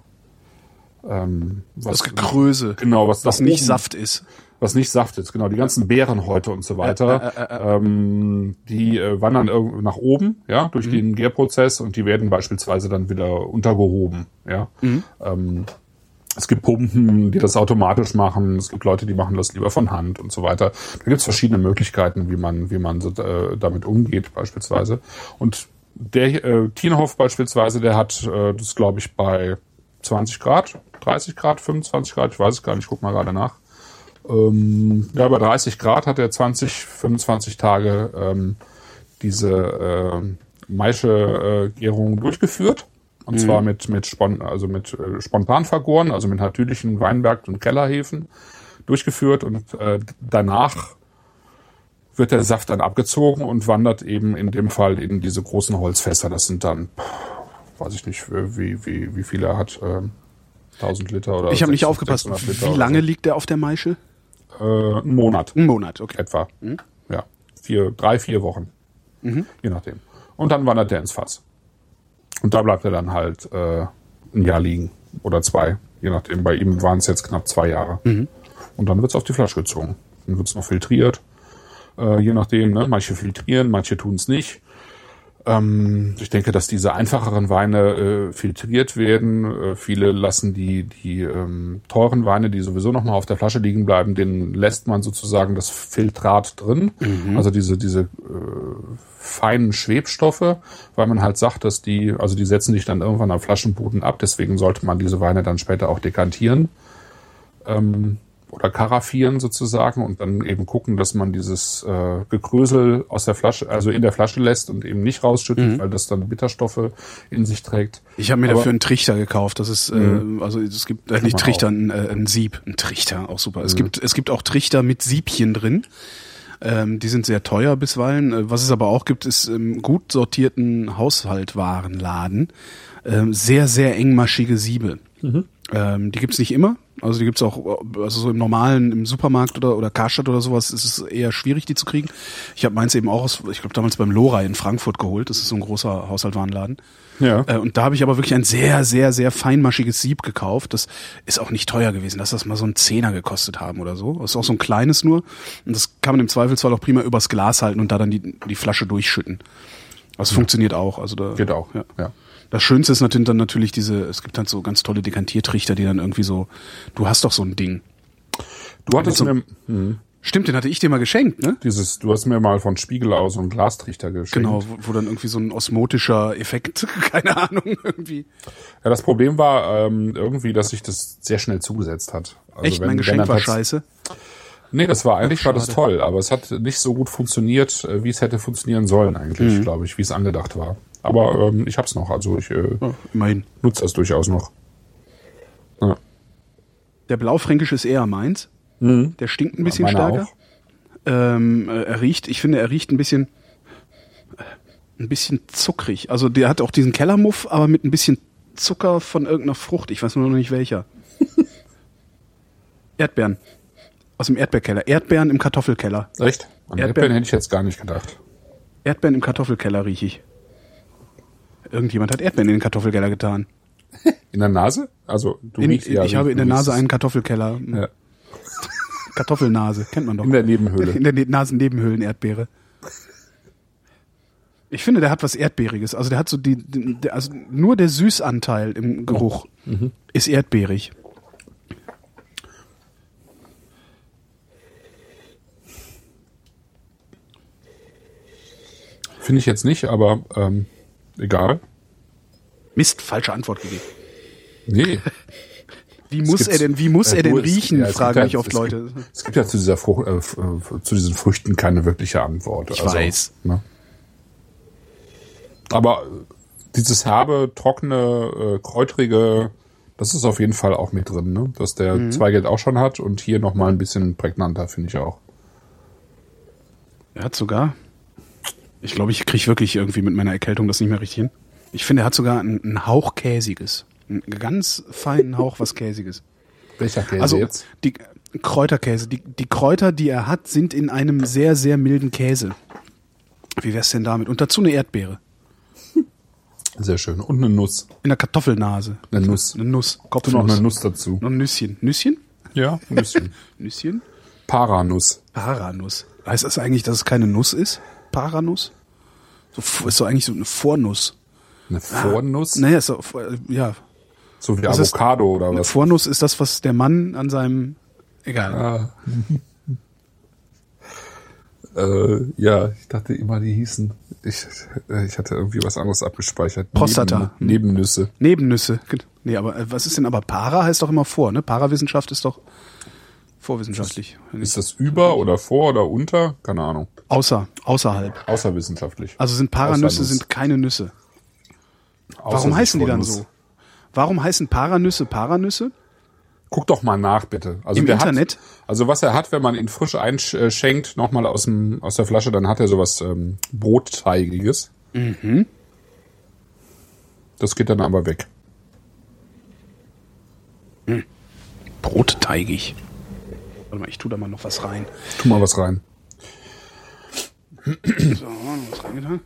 das Gekröse. Genau, was nicht Saft ist. Was nicht Saft ist, genau. Die ganzen Beerenhäute und so weiter, die wandern nach oben, ja, durch den Gärprozess und die werden beispielsweise dann wieder untergehoben, ja. Es gibt Pumpen, die das automatisch machen. Es gibt Leute, die machen das lieber von Hand und so weiter. Da gibt es verschiedene Möglichkeiten, wie man so, damit umgeht beispielsweise. Und der Tienhoff beispielsweise, der hat das, glaube ich, bei 20 Grad, 30 Grad, 25 Grad, ich weiß es gar nicht, ich guck mal gerade nach. Ja, bei 30 Grad hat er 20, 25 Tage diese Maische-Gärung durchgeführt. Und zwar mit spontan vergoren, also mit natürlichen Weinberg- und Kellerhefen durchgeführt. Und danach wird der Saft dann abgezogen und wandert eben in dem Fall in diese großen Holzfässer. Das sind dann, weiß ich nicht, wie viel er hat, 1000 Liter oder. Ich habe nicht aufgepasst. Wie lange liegt der auf der Maische? Ein Monat. Ein Monat, okay. Etwa. Ja. 3-4 Wochen. Je nachdem. Und dann wandert der ins Fass. Und da bleibt er dann halt ein Jahr liegen. Oder 2. Je nachdem. Bei ihm waren es jetzt knapp 2 Jahre. Und dann wird es auf die Flasche gezogen. Dann wird es noch filtriert. Je nachdem, ne? Manche filtrieren, manche tun es nicht. Ich denke, dass diese einfacheren Weine filtriert werden. Viele lassen die teuren Weine, die sowieso noch mal auf der Flasche liegen bleiben, denen lässt man sozusagen das Filtrat drin. Also diese feinen Schwebstoffe, weil man halt sagt, dass die setzen sich dann irgendwann am Flaschenboden ab. Deswegen sollte man diese Weine dann später auch dekantieren. Oder karaffieren sozusagen und dann eben gucken, dass man dieses Gekrösel aus der Flasche, also in der Flasche lässt und eben nicht rausschüttet, weil das dann Bitterstoffe in sich trägt. Ich habe mir dafür einen Trichter gekauft. Das ist also es gibt nicht Trichter, ein Sieb, ein Trichter, auch super. Es gibt auch Trichter mit Siebchen drin. Die sind sehr teuer bisweilen. Was es aber auch gibt, ist im gut sortierten Haushaltwarenladen sehr, sehr engmaschige Siebe. Die gibt's nicht immer. Also die gibt's auch, also so im normalen, im Supermarkt oder Karstadt oder sowas ist es eher schwierig, die zu kriegen. Ich habe meins eben auch ich glaube damals beim Lora in Frankfurt geholt. Das ist so ein großer Haushaltwarenladen. Ja. Und da habe ich aber wirklich ein sehr, sehr, sehr feinmaschiges Sieb gekauft. Das ist auch nicht teuer gewesen. Lass das mal so einen Zehner gekostet haben oder so. Das ist auch so ein kleines nur. Und das kann man im Zweifelsfall auch prima übers Glas halten und da dann die Flasche durchschütten. Das funktioniert auch. Also da geht auch. Ja. Das Schönste ist natürlich es gibt halt so ganz tolle Dekantiertrichter, die dann irgendwie so, du hast doch so ein Ding. Du hattest Stimmt, den hatte ich dir mal geschenkt, ne? Du hast mir mal von Spiegelau so einen Glastrichter geschenkt. Genau, wo dann irgendwie so ein osmotischer Effekt, keine Ahnung, irgendwie. Ja, das Problem war irgendwie, dass sich das sehr schnell zugesetzt hat. Also echt, mein Geschenk war scheiße? Nee, das war das toll, aber es hat nicht so gut funktioniert, wie es hätte funktionieren sollen eigentlich, glaube ich, wie es angedacht war. Aber ich hab's noch, also ich immerhin nutze das durchaus noch. Ja. Der Blaufränkisch ist eher meins. Der stinkt ein bisschen stärker. Er riecht ein bisschen zuckrig. Also der hat auch diesen Kellermuff, aber mit ein bisschen Zucker von irgendeiner Frucht. Ich weiß nur noch nicht welcher. Erdbeeren. Aus dem Erdbeerkeller. Erdbeeren im Kartoffelkeller. Echt? An Erdbeeren hätte ich jetzt gar nicht gedacht. Erdbeeren im Kartoffelkeller rieche ich. Irgendjemand hat Erdbeeren in den Kartoffelkeller getan. In der Nase? Also ich habe in der Nase einen Kartoffelkeller. Ja. Kartoffelnase, kennt man doch. In der Nebenhöhle. In der Nasennebenhöhlen Erdbeere. Ich finde, der hat was Erdbeeriges. Also der hat so also nur der Süßanteil im Geruch ist erdbeerig. Finde ich jetzt nicht, aber egal. Mist, falsche Antwort gegeben. Nee. Wie muss er denn riechen, fragen mich oft Leute. Es gibt ja zu diesen Früchten keine wirkliche Antwort. Ich weiß. Ne? Aber dieses herbe, trockene, kräutrige, das ist auf jeden Fall auch mit drin, ne? Dass der Zweigelt auch schon hat und hier nochmal ein bisschen prägnanter, finde ich auch. Er hat sogar, ich glaube, ich kriege wirklich irgendwie mit meiner Erkältung das nicht mehr richtig hin. Ich finde, er hat sogar einen Hauch Käsiges. Einen ganz feinen Hauch was Käsiges. Welcher Käse also, jetzt? Die Kräuterkäse. Die Kräuter, die er hat, sind in einem sehr, sehr milden Käse. Wie wär's denn damit? Und dazu eine Erdbeere. Sehr schön. Und eine Nuss. In der Kartoffelnase. Eine Nuss. Eine Nuss. Und noch eine Nuss dazu. Noch ein Nüsschen. Nüsschen? Ja, Nüsschen. Nüsschen? Paranuss. Paranuss. Heißt das eigentlich, dass es keine Nuss ist? Paranuss? Ist doch eigentlich so eine Vornuss. Eine Vornuss? Naja, ist so, ja. So wie Avocado oder was? Vornuss ist das, was der Mann an seinem... Egal. Ah. Ja, ich dachte immer, die hießen... Ich hatte irgendwie was anderes abgespeichert. Prostata. Nebennüsse. Nebennüsse. Nee, aber was ist denn aber Para heißt doch immer vor, ne? Parawissenschaft ist doch vorwissenschaftlich. Ist das über oder vor oder unter? Keine Ahnung. Außerhalb. Außerwissenschaftlich. Also sind Paranüsse sind keine Nüsse. Warum heißen die dann so? Warum heißen Paranüsse Paranüsse? Guck doch mal nach, bitte. Also im Internet? Also was er hat, wenn man ihn frisch einschenkt, nochmal aus der Flasche, dann hat er sowas Brotteigiges. Mhm. Das geht dann aber weg. Brotteigig. Warte mal, ich tue da mal noch was rein. Tu mal was rein. So, noch was reingetan?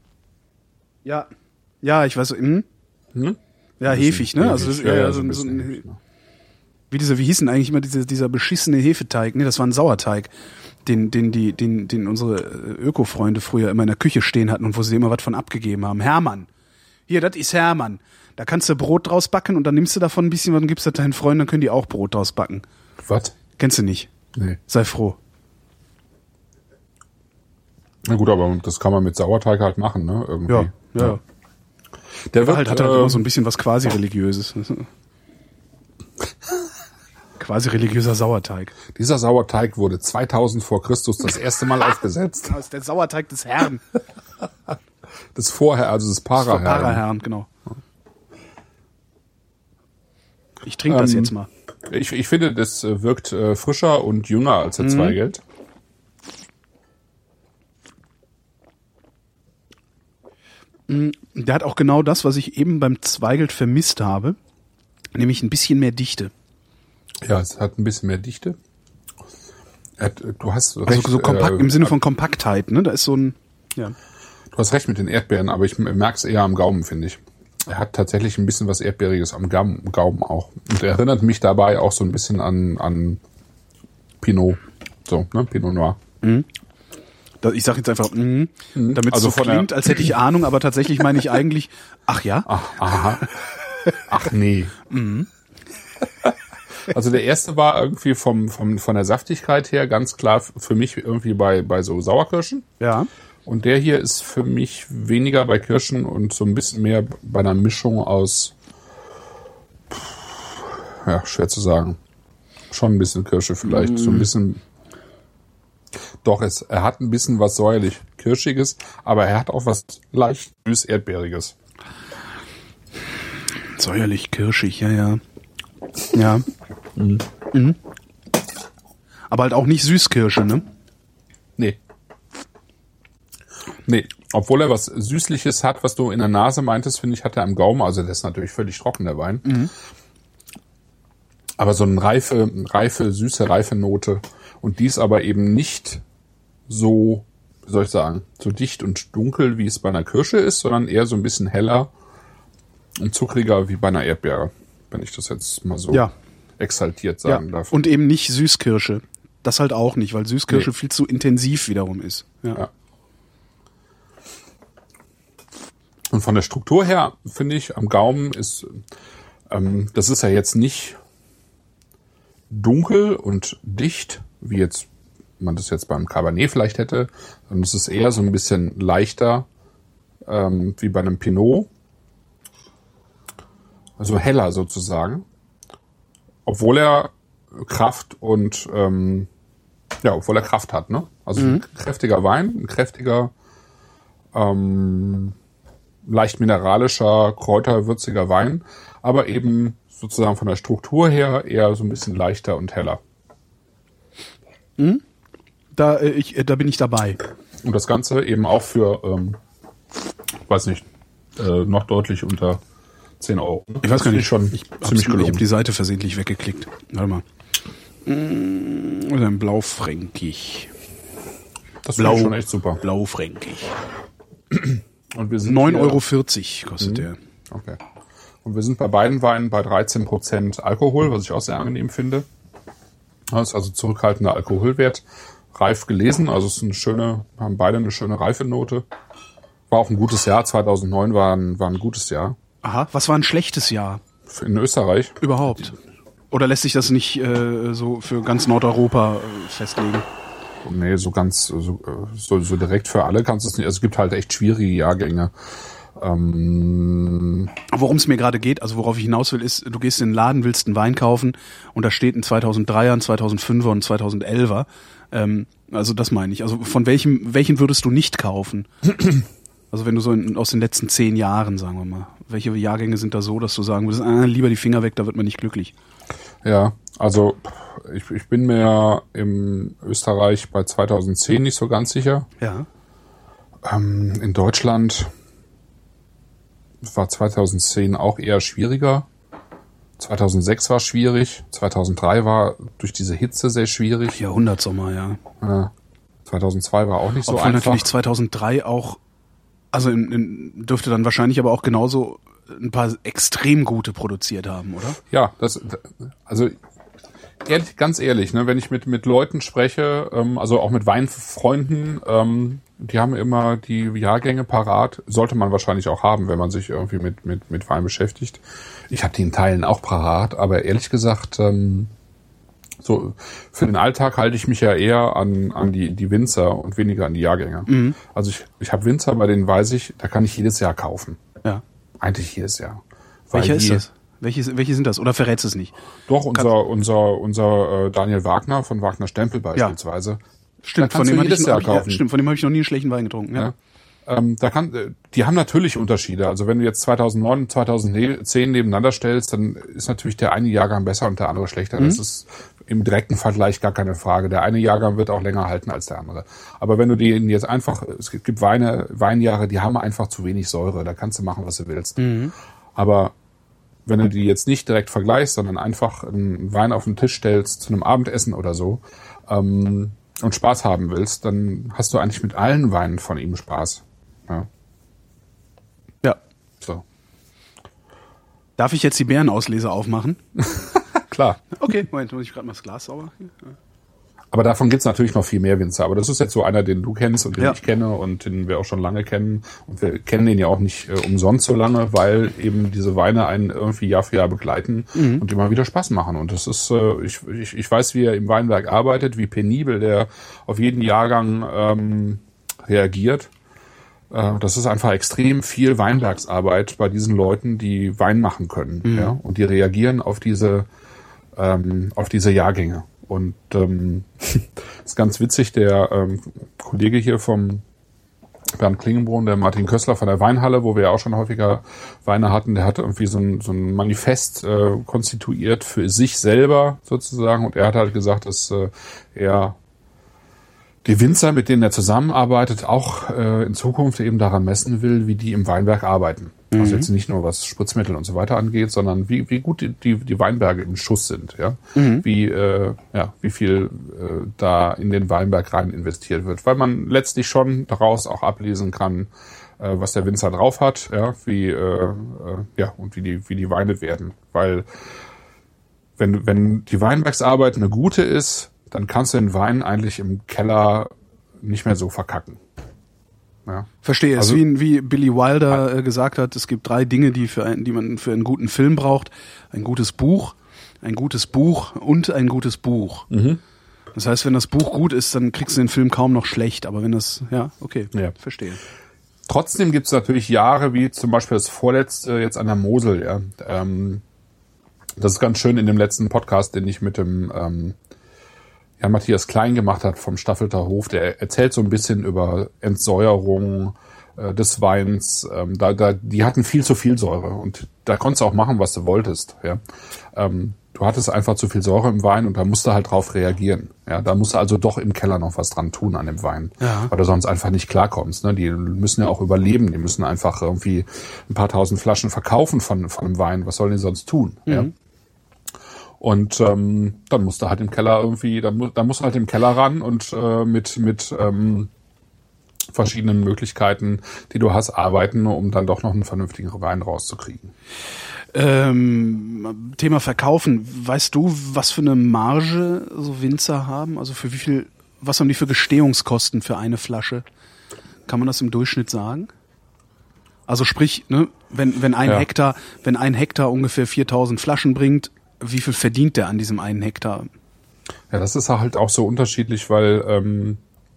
Ja, ich weiß so. Ja, hefig, ne? Also das, ja, so ein wie hießen eigentlich immer dieser beschissene Hefeteig? Ne, das war ein Sauerteig, den unsere Öko-Freunde früher immer in der Küche stehen hatten und wo sie immer was von abgegeben haben. Hermann. Hier, das ist Hermann. Da kannst du Brot draus backen und dann nimmst du davon ein bisschen was und gibst das deinen Freunden, dann können die auch Brot draus backen. Was? Kennst du nicht? Nee. Sei froh. Na gut, aber das kann man mit Sauerteig halt machen, ne? Irgendwie. Ja. Der wird, hat halt immer so ein bisschen was quasi religiöses. Quasi religiöser Sauerteig. Dieser Sauerteig wurde 2000 vor Christus das erste Mal aufgesetzt. Das ist der Sauerteig des Herrn. Das Vorherr, also das Paraherrn. Paraherrn, genau. Ich trinke das jetzt mal. Ich finde, das wirkt frischer und jünger als der Zweigelt. Der hat auch genau das, was ich eben beim Zweigelt vermisst habe, nämlich ein bisschen mehr Dichte. Ja, es hat ein bisschen mehr Dichte. Du hast recht. Also so kompakt, im Sinne von Kompaktheit, ne? Da ist so ein, ja. Du hast recht mit den Erdbeeren, aber ich merke es eher am Gaumen, finde ich. Er hat tatsächlich ein bisschen was Erdbeeriges am Gaumen auch. Und er erinnert mich dabei auch so ein bisschen an Pinot. So, ne? Pinot Noir. Ich sag jetzt einfach, damit es Also so klingt, als hätte ich Ahnung, aber tatsächlich meine ich eigentlich, ach ja? Aha. Ach nee. Also der erste war irgendwie von der Saftigkeit her ganz klar für mich irgendwie bei so Sauerkirschen. Ja. Und der hier ist für mich weniger bei Kirschen und so ein bisschen mehr bei einer Mischung aus, ja, schwer zu sagen. Schon ein bisschen Kirsche vielleicht, so ein bisschen. Doch, er hat ein bisschen was säuerlich-kirschiges, aber er hat auch was leicht süß-erdbeeriges. Säuerlich-kirschig, ja. Ja. Aber halt auch nicht Süßkirsche, ne? Nee, obwohl er was Süßliches hat, was du in der Nase meintest, finde ich, hat er am Gaumen, also der ist natürlich völlig trocken, der Wein. Aber so eine reife Note. Und die ist aber eben nicht so, wie soll ich sagen, so dicht und dunkel, wie es bei einer Kirsche ist, sondern eher so ein bisschen heller und zuckriger wie bei einer Erdbeere, wenn ich das jetzt mal so exaltiert sagen darf. Und eben nicht Süßkirsche. Das halt auch nicht, weil Süßkirsche viel zu intensiv wiederum ist. Ja. Und von der Struktur her, finde ich, am Gaumen ist, das ist ja jetzt nicht dunkel und dicht, wie jetzt man das jetzt beim Cabernet vielleicht hätte, sondern es ist eher so ein bisschen leichter, wie bei einem Pinot. Also heller sozusagen. Obwohl er Kraft und, obwohl er Kraft hat, ne? Also ein kräftiger Wein, ein kräftiger, leicht mineralischer, kräuterwürziger Wein, aber eben sozusagen von der Struktur her eher so ein bisschen leichter und heller. Da bin ich dabei. Und das Ganze eben auch für, noch deutlich unter 10 Euro. Ich weiß gar nicht, schon ziemlich gelungen. Ich habe die Seite versehentlich weggeklickt. Warte mal. Oder ein Blaufränkisch. Das finde ich schon echt super. Blaufränkisch. Und wir sind 9,40 Euro kostet der. Okay. Und wir sind bei beiden Weinen bei 13% Alkohol, was ich auch sehr angenehm finde. Das ist also zurückhaltender Alkoholwert. Reif gelesen, also es ist haben beide eine schöne Reifenote. War auch ein gutes Jahr. 2009 war ein gutes Jahr. Aha, was war ein schlechtes Jahr? In Österreich? Überhaupt. Oder lässt sich das nicht so für ganz Nordeuropa festlegen? Nee, so direkt für alle kannst du es nicht. Also es gibt halt echt schwierige Jahrgänge. Worum es mir gerade geht, also worauf ich hinaus will, ist, du gehst in den Laden, willst einen Wein kaufen und da steht ein 2003er, ein 2005er und ein 2011er. Also das meine ich. Also von welchen würdest du nicht kaufen? Also wenn du so aus den letzten 10 Jahren, sagen wir mal. Welche Jahrgänge sind da so, dass du sagen würdest, lieber die Finger weg, da wird man nicht glücklich? Ja, also ich bin mir in Österreich bei 2010 nicht so ganz sicher. Ja. In Deutschland war 2010 auch eher schwieriger. 2006 war schwierig. 2003 war durch diese Hitze sehr schwierig. Jahrhundertsommer, ja. 2002 war auch nicht so einfach. einfach. Natürlich 2003 auch, also dürfte dann wahrscheinlich aber auch genauso ein paar extrem gute produziert haben, oder? Ja, also ganz ehrlich, ne, wenn ich mit Leuten spreche, also auch mit Weinfreunden, die haben immer die Jahrgänge parat. Sollte man wahrscheinlich auch haben, wenn man sich irgendwie mit Wein beschäftigt. Ich habe die in Teilen auch parat, aber ehrlich gesagt, so für den Alltag halte ich mich ja eher an die Winzer und weniger an die Jahrgänge. Mhm. Also ich habe Winzer, bei denen weiß ich, da kann ich jedes Jahr kaufen. Ja. Eigentlich jedes Jahr. Welcher ist das? Welche sind das? Oder verrätst du es nicht? Doch, unser Daniel Wagner von Wagner Stempel beispielsweise. Ja. Stimmt, von dem habe ich noch nie einen schlechten Wein getrunken. Ja. Die haben natürlich Unterschiede. Also wenn du jetzt 2009 und 2010 nebeneinander stellst, dann ist natürlich der eine Jahrgang besser und der andere schlechter. Das ist im direkten Vergleich gar keine Frage. Der eine Jahrgang wird auch länger halten als der andere. Aber wenn du den jetzt einfach, es gibt Weinjahre, die haben einfach zu wenig Säure. Da kannst du machen, was du willst. Mhm. Aber wenn du die jetzt nicht direkt vergleichst, sondern einfach einen Wein auf den Tisch stellst zu einem Abendessen oder so, und Spaß haben willst, dann hast du eigentlich mit allen Weinen von ihm Spaß. Ja. So. Darf ich jetzt die Beerenauslese aufmachen? Klar. Okay, Moment, muss ich gerade mal das Glas sauber hier. Ja. Aber davon gibt's natürlich noch viel mehr Winzer. Aber das ist jetzt so einer, den du kennst und den ich kenne und den wir auch schon lange kennen. Und wir kennen den ja auch nicht umsonst so lange, weil eben diese Weine einen irgendwie Jahr für Jahr begleiten und immer wieder Spaß machen. Und das ist, ich weiß, wie er im Weinberg arbeitet, wie penibel der auf jeden Jahrgang reagiert. Das ist einfach extrem viel Weinbergsarbeit bei diesen Leuten, die Wein machen können. Mhm. Ja? Und die reagieren auf diese Jahrgänge. Und ist ganz witzig, der Kollege hier vom Bernd Klingenbrunn, der Martin Kössler von der Weinhalle, wo wir ja auch schon häufiger Weine hatten, der hat irgendwie so ein Manifest konstituiert für sich selber sozusagen. Und er hat halt gesagt, dass er die Winzer, mit denen er zusammenarbeitet, auch in Zukunft eben daran messen will, wie die im Weinberg arbeiten. Mhm. Also jetzt nicht nur was Spritzmittel und so weiter angeht, sondern wie gut die Weinberge im Schuss sind, ja. Mhm. Wie viel da in den Weinberg rein investiert wird. Weil man letztlich schon daraus auch ablesen kann, was der Winzer drauf hat, ja, und wie die Weine werden. Weil wenn die Weinbergsarbeit eine gute ist, dann kannst du den Wein eigentlich im Keller nicht mehr so verkacken. Ja. Verstehe. Also, es ist wie Billy Wilder gesagt hat, es gibt 3 Dinge, die man für einen guten Film braucht. Ein gutes Buch und ein gutes Buch. Mhm. Das heißt, wenn das Buch gut ist, dann kriegst du den Film kaum noch schlecht. Aber wenn das, verstehe. Trotzdem gibt es natürlich Jahre, wie zum Beispiel das vorletzte jetzt an der Mosel. Ja. Das ist ganz schön in dem letzten Podcast, den ich mit dem Matthias Klein gemacht hat vom Staffelter Hof. Der erzählt so ein bisschen über Entsäuerung des Weins. Die hatten viel zu viel Säure und da konntest du auch machen, was du wolltest. Ja. Du hattest einfach zu viel Säure im Wein und da musst du halt drauf reagieren. Ja, da musst du also doch im Keller noch was dran tun an dem Wein, weil du sonst einfach nicht klarkommst. Ne? Die müssen ja auch überleben, die müssen einfach irgendwie ein paar tausend Flaschen verkaufen von einem Wein. Was sollen die sonst tun? Mhm. Ja? Und dann musst du halt im Keller irgendwie, dann musst du halt im Keller ran und mit verschiedenen Möglichkeiten, die du hast, arbeiten, um dann doch noch einen vernünftigen Wein rauszukriegen. Thema Verkaufen. Weißt du, was für eine Marge so Winzer haben? Also was haben die für Gestehungskosten für eine Flasche? Kann man das im Durchschnitt sagen? Also sprich, ne, wenn ein Hektar ungefähr 4000 Flaschen bringt, wie viel verdient der an diesem einen Hektar? Ja, das ist halt auch so unterschiedlich, weil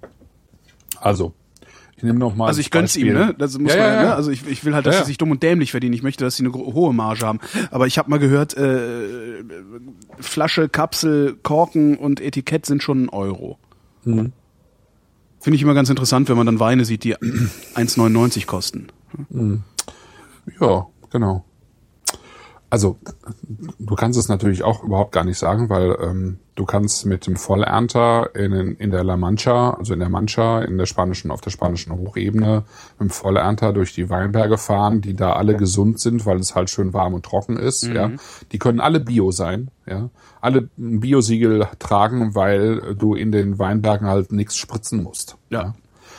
ich nehme noch mal. Also ich gönn's ihm, ne? Das muss man, ne? Also ich will halt, dass sie sich dumm und dämlich verdienen. Ich möchte, dass sie eine hohe Marge haben. Aber ich habe mal gehört, Flasche, Kapsel, Korken und Etikett sind schon 1 Euro. Mhm. Finde ich immer ganz interessant, wenn man dann Weine sieht, die 1,99 kosten. Mhm. Ja, genau. Also du kannst es natürlich auch überhaupt gar nicht sagen, weil du kannst mit dem Vollernter in der La Mancha, also in der spanischen, auf der spanischen Hochebene, mit dem Vollernter durch die Weinberge fahren, die da alle gesund sind, weil es halt schön warm und trocken ist. Mhm. Ja, die können alle Bio sein, ja, alle ein Biosiegel tragen, weil du in den Weinbergen halt nichts spritzen musst. Ja.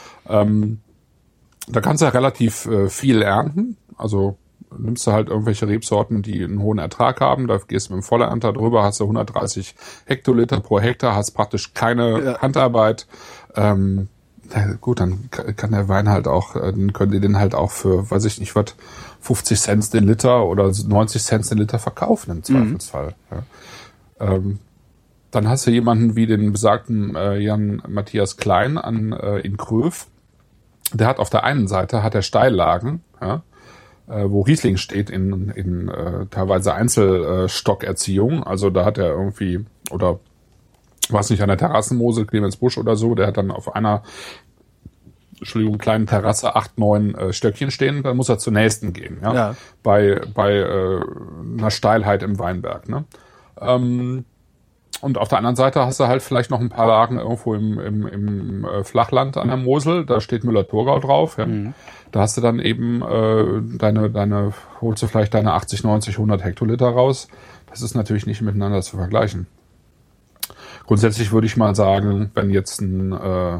Da kannst du ja relativ viel ernten, also nimmst du halt irgendwelche Rebsorten, die einen hohen Ertrag haben, da gehst du mit dem Vollernter drüber, hast du 130 Hektoliter pro Hektar, hast praktisch keine Handarbeit. Gut, dann kann der Wein halt auch, dann können die den halt auch für, weiß ich nicht was, 50 Cent den Liter oder 90 Cent den Liter verkaufen im Zweifelsfall. Mhm. Ja. Dann hast du jemanden wie den besagten Jan Matthias Klein in Gröf. Der hat auf der einen Seite hat er Steillagen, ja, wo Riesling steht in teilweise Einzelstockerziehung. Also da hat er irgendwie, oder was nicht, an der Terrassenmosel, Clemens Busch oder so, der hat dann auf einer kleinen Terrasse 8, 9 Stöckchen stehen, dann muss er zur nächsten gehen, ja. Bei einer Steilheit im Weinberg, ne? Und auf der anderen Seite hast du halt vielleicht noch ein paar Lagen irgendwo im Flachland an der Mosel, da steht Müller-Thurgau drauf, ja. Mhm. Da hast du dann eben holst du vielleicht deine 80, 90, 100 Hektoliter raus. Das ist natürlich nicht miteinander zu vergleichen. Grundsätzlich würde ich mal sagen, wenn jetzt ein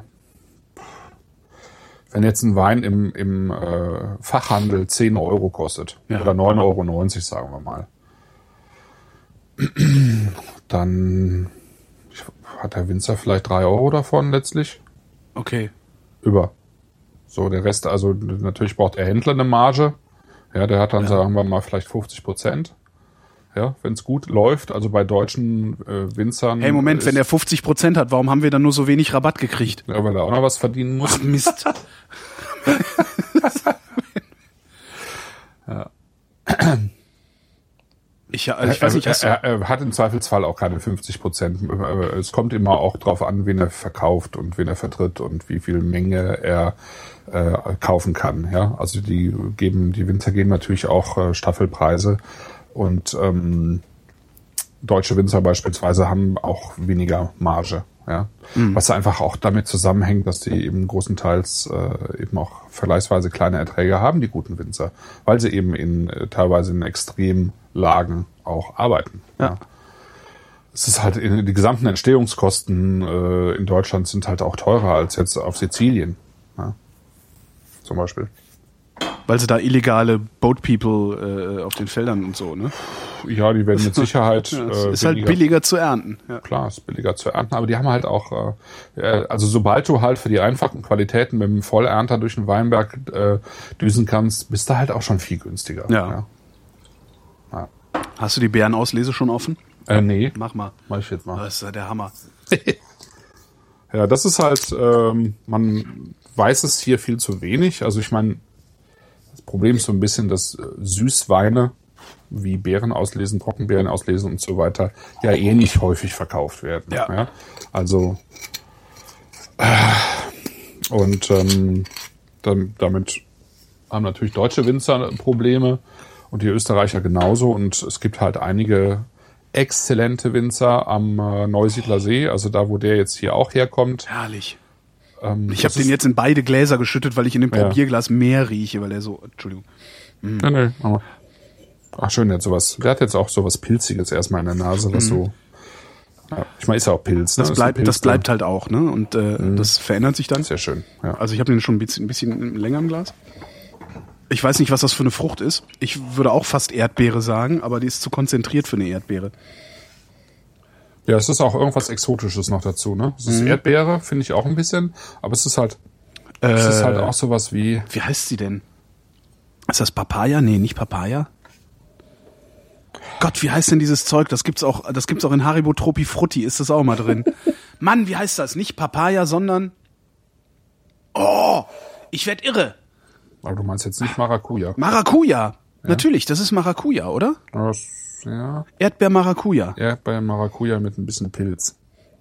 Wein im Fachhandel 10 Euro kostet, oder 9,90 Euro, sagen wir mal, dann hat der Winzer vielleicht 3 Euro davon letztlich. Okay. So, der Rest, also natürlich braucht der Händler eine Marge. Ja, der hat dann, sagen wir mal, vielleicht 50%. Ja, wenn es gut läuft, also bei deutschen Winzern. Hey, Moment, wenn der 50% hat, warum haben wir dann nur so wenig Rabatt gekriegt? Ja, weil er auch noch was verdienen muss. Ach, Mist. Ja. Ich weiß nicht, er hat im Zweifelsfall auch keine 50%. Es kommt immer auch drauf an, wen er verkauft und wen er vertritt und wie viel Menge er kaufen kann. Ja, also die Winzer geben natürlich auch Staffelpreise und deutsche Winzer beispielsweise haben auch weniger Marge. Ja, was einfach auch damit zusammenhängt, dass die eben großenteils eben auch vergleichsweise kleine Erträge haben, die guten Winzer, weil sie eben teilweise in Extremlagen auch arbeiten. Ja. Es ist halt die gesamten Entstehungskosten in Deutschland sind halt auch teurer als jetzt auf Sizilien, ja, zum Beispiel. Weil sie da illegale Boat People auf den Feldern und so, ne? Ja, die werden mit Sicherheit ist halt billiger zu ernten. Ja. Klar, ist billiger zu ernten, aber die haben halt auch, also sobald du halt für die einfachen Qualitäten mit dem Vollernter durch den Weinberg düsen kannst, bist du halt auch schon viel günstiger. Ja. Hast du die Beerenauslese schon offen? Nee. Mach mal. Mach ich jetzt mal. Das ist ja der Hammer. Ja, das ist halt, man weiß es hier viel zu wenig. Also ich meine, das Problem ist so ein bisschen, dass Süßweine wie Beeren auslesen, Trockenbeeren auslesen und so weiter ja nicht häufig verkauft werden. Ja. Also damit haben natürlich deutsche Winzer Probleme und die Österreicher genauso. Und es gibt halt einige exzellente Winzer am Neusiedler See, also da, wo der jetzt hier auch herkommt. Herrlich. Ich habe den jetzt in beide Gläser geschüttet, weil ich in dem Probierglas mehr rieche, weil er so, Entschuldigung. Nee. Ach schön, der hat jetzt auch sowas Pilziges erstmal in der Nase, was so. Ja, ich meine, ist ja auch Pilz. Ne? Das bleibt halt auch, ne? Und das verändert sich dann. Sehr schön. Ja. Also ich habe den schon ein bisschen länger im Glas. Ich weiß nicht, was das für eine Frucht ist. Ich würde auch fast Erdbeere sagen, aber die ist zu konzentriert für eine Erdbeere. Ja, es ist auch irgendwas Exotisches noch dazu, ne? Es ist Erdbeere, finde ich auch ein bisschen, aber es ist halt auch sowas wie... Wie heißt sie denn? Ist das Papaya? Nee, nicht Papaya. Gott, wie heißt denn dieses Zeug? Das gibt's auch in Haribo Tropi Frutti, ist das auch mal drin. Mann, wie heißt das? Nicht Papaya, sondern... Oh, ich werd irre. Aber du meinst jetzt nicht Maracuja. Maracuja. Natürlich, das ist Maracuja, oder? Ja. Erdbeer-Maracuja. Erdbeer-Maracuja mit ein bisschen Pilz.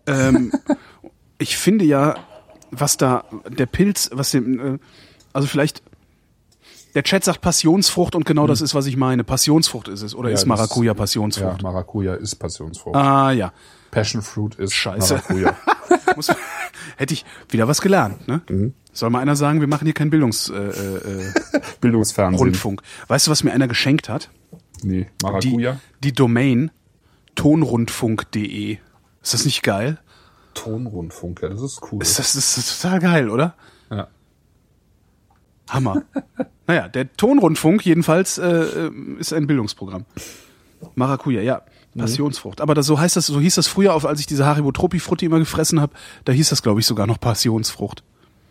Ich finde ja, was da der Pilz, also vielleicht der Chat sagt Passionsfrucht und genau das ist, was ich meine. Passionsfrucht ist es. Oder ist Maracuja Passionsfrucht? Ja, Maracuja ist Passionsfrucht. Ah, ja. Passion Fruit ist Scheiße. Maracuja. Hätte ich wieder was gelernt, ne? Soll mal einer sagen, wir machen hier keinen Bildungsfernsehen. Rundfunk. Weißt du, was mir einer geschenkt hat? Nee, Maracuja? Die Domain tonrundfunk.de. Ist das nicht geil? Tonrundfunk, ja, das ist cool. Das ist total geil, oder? Ja. Hammer. Naja, der Tonrundfunk jedenfalls ist ein Bildungsprogramm. Maracuja, ja. Passionsfrucht. Aber so hieß das früher, als ich diese Haribo Tropi Frutti immer gefressen habe, da hieß das, glaube ich, sogar noch Passionsfrucht.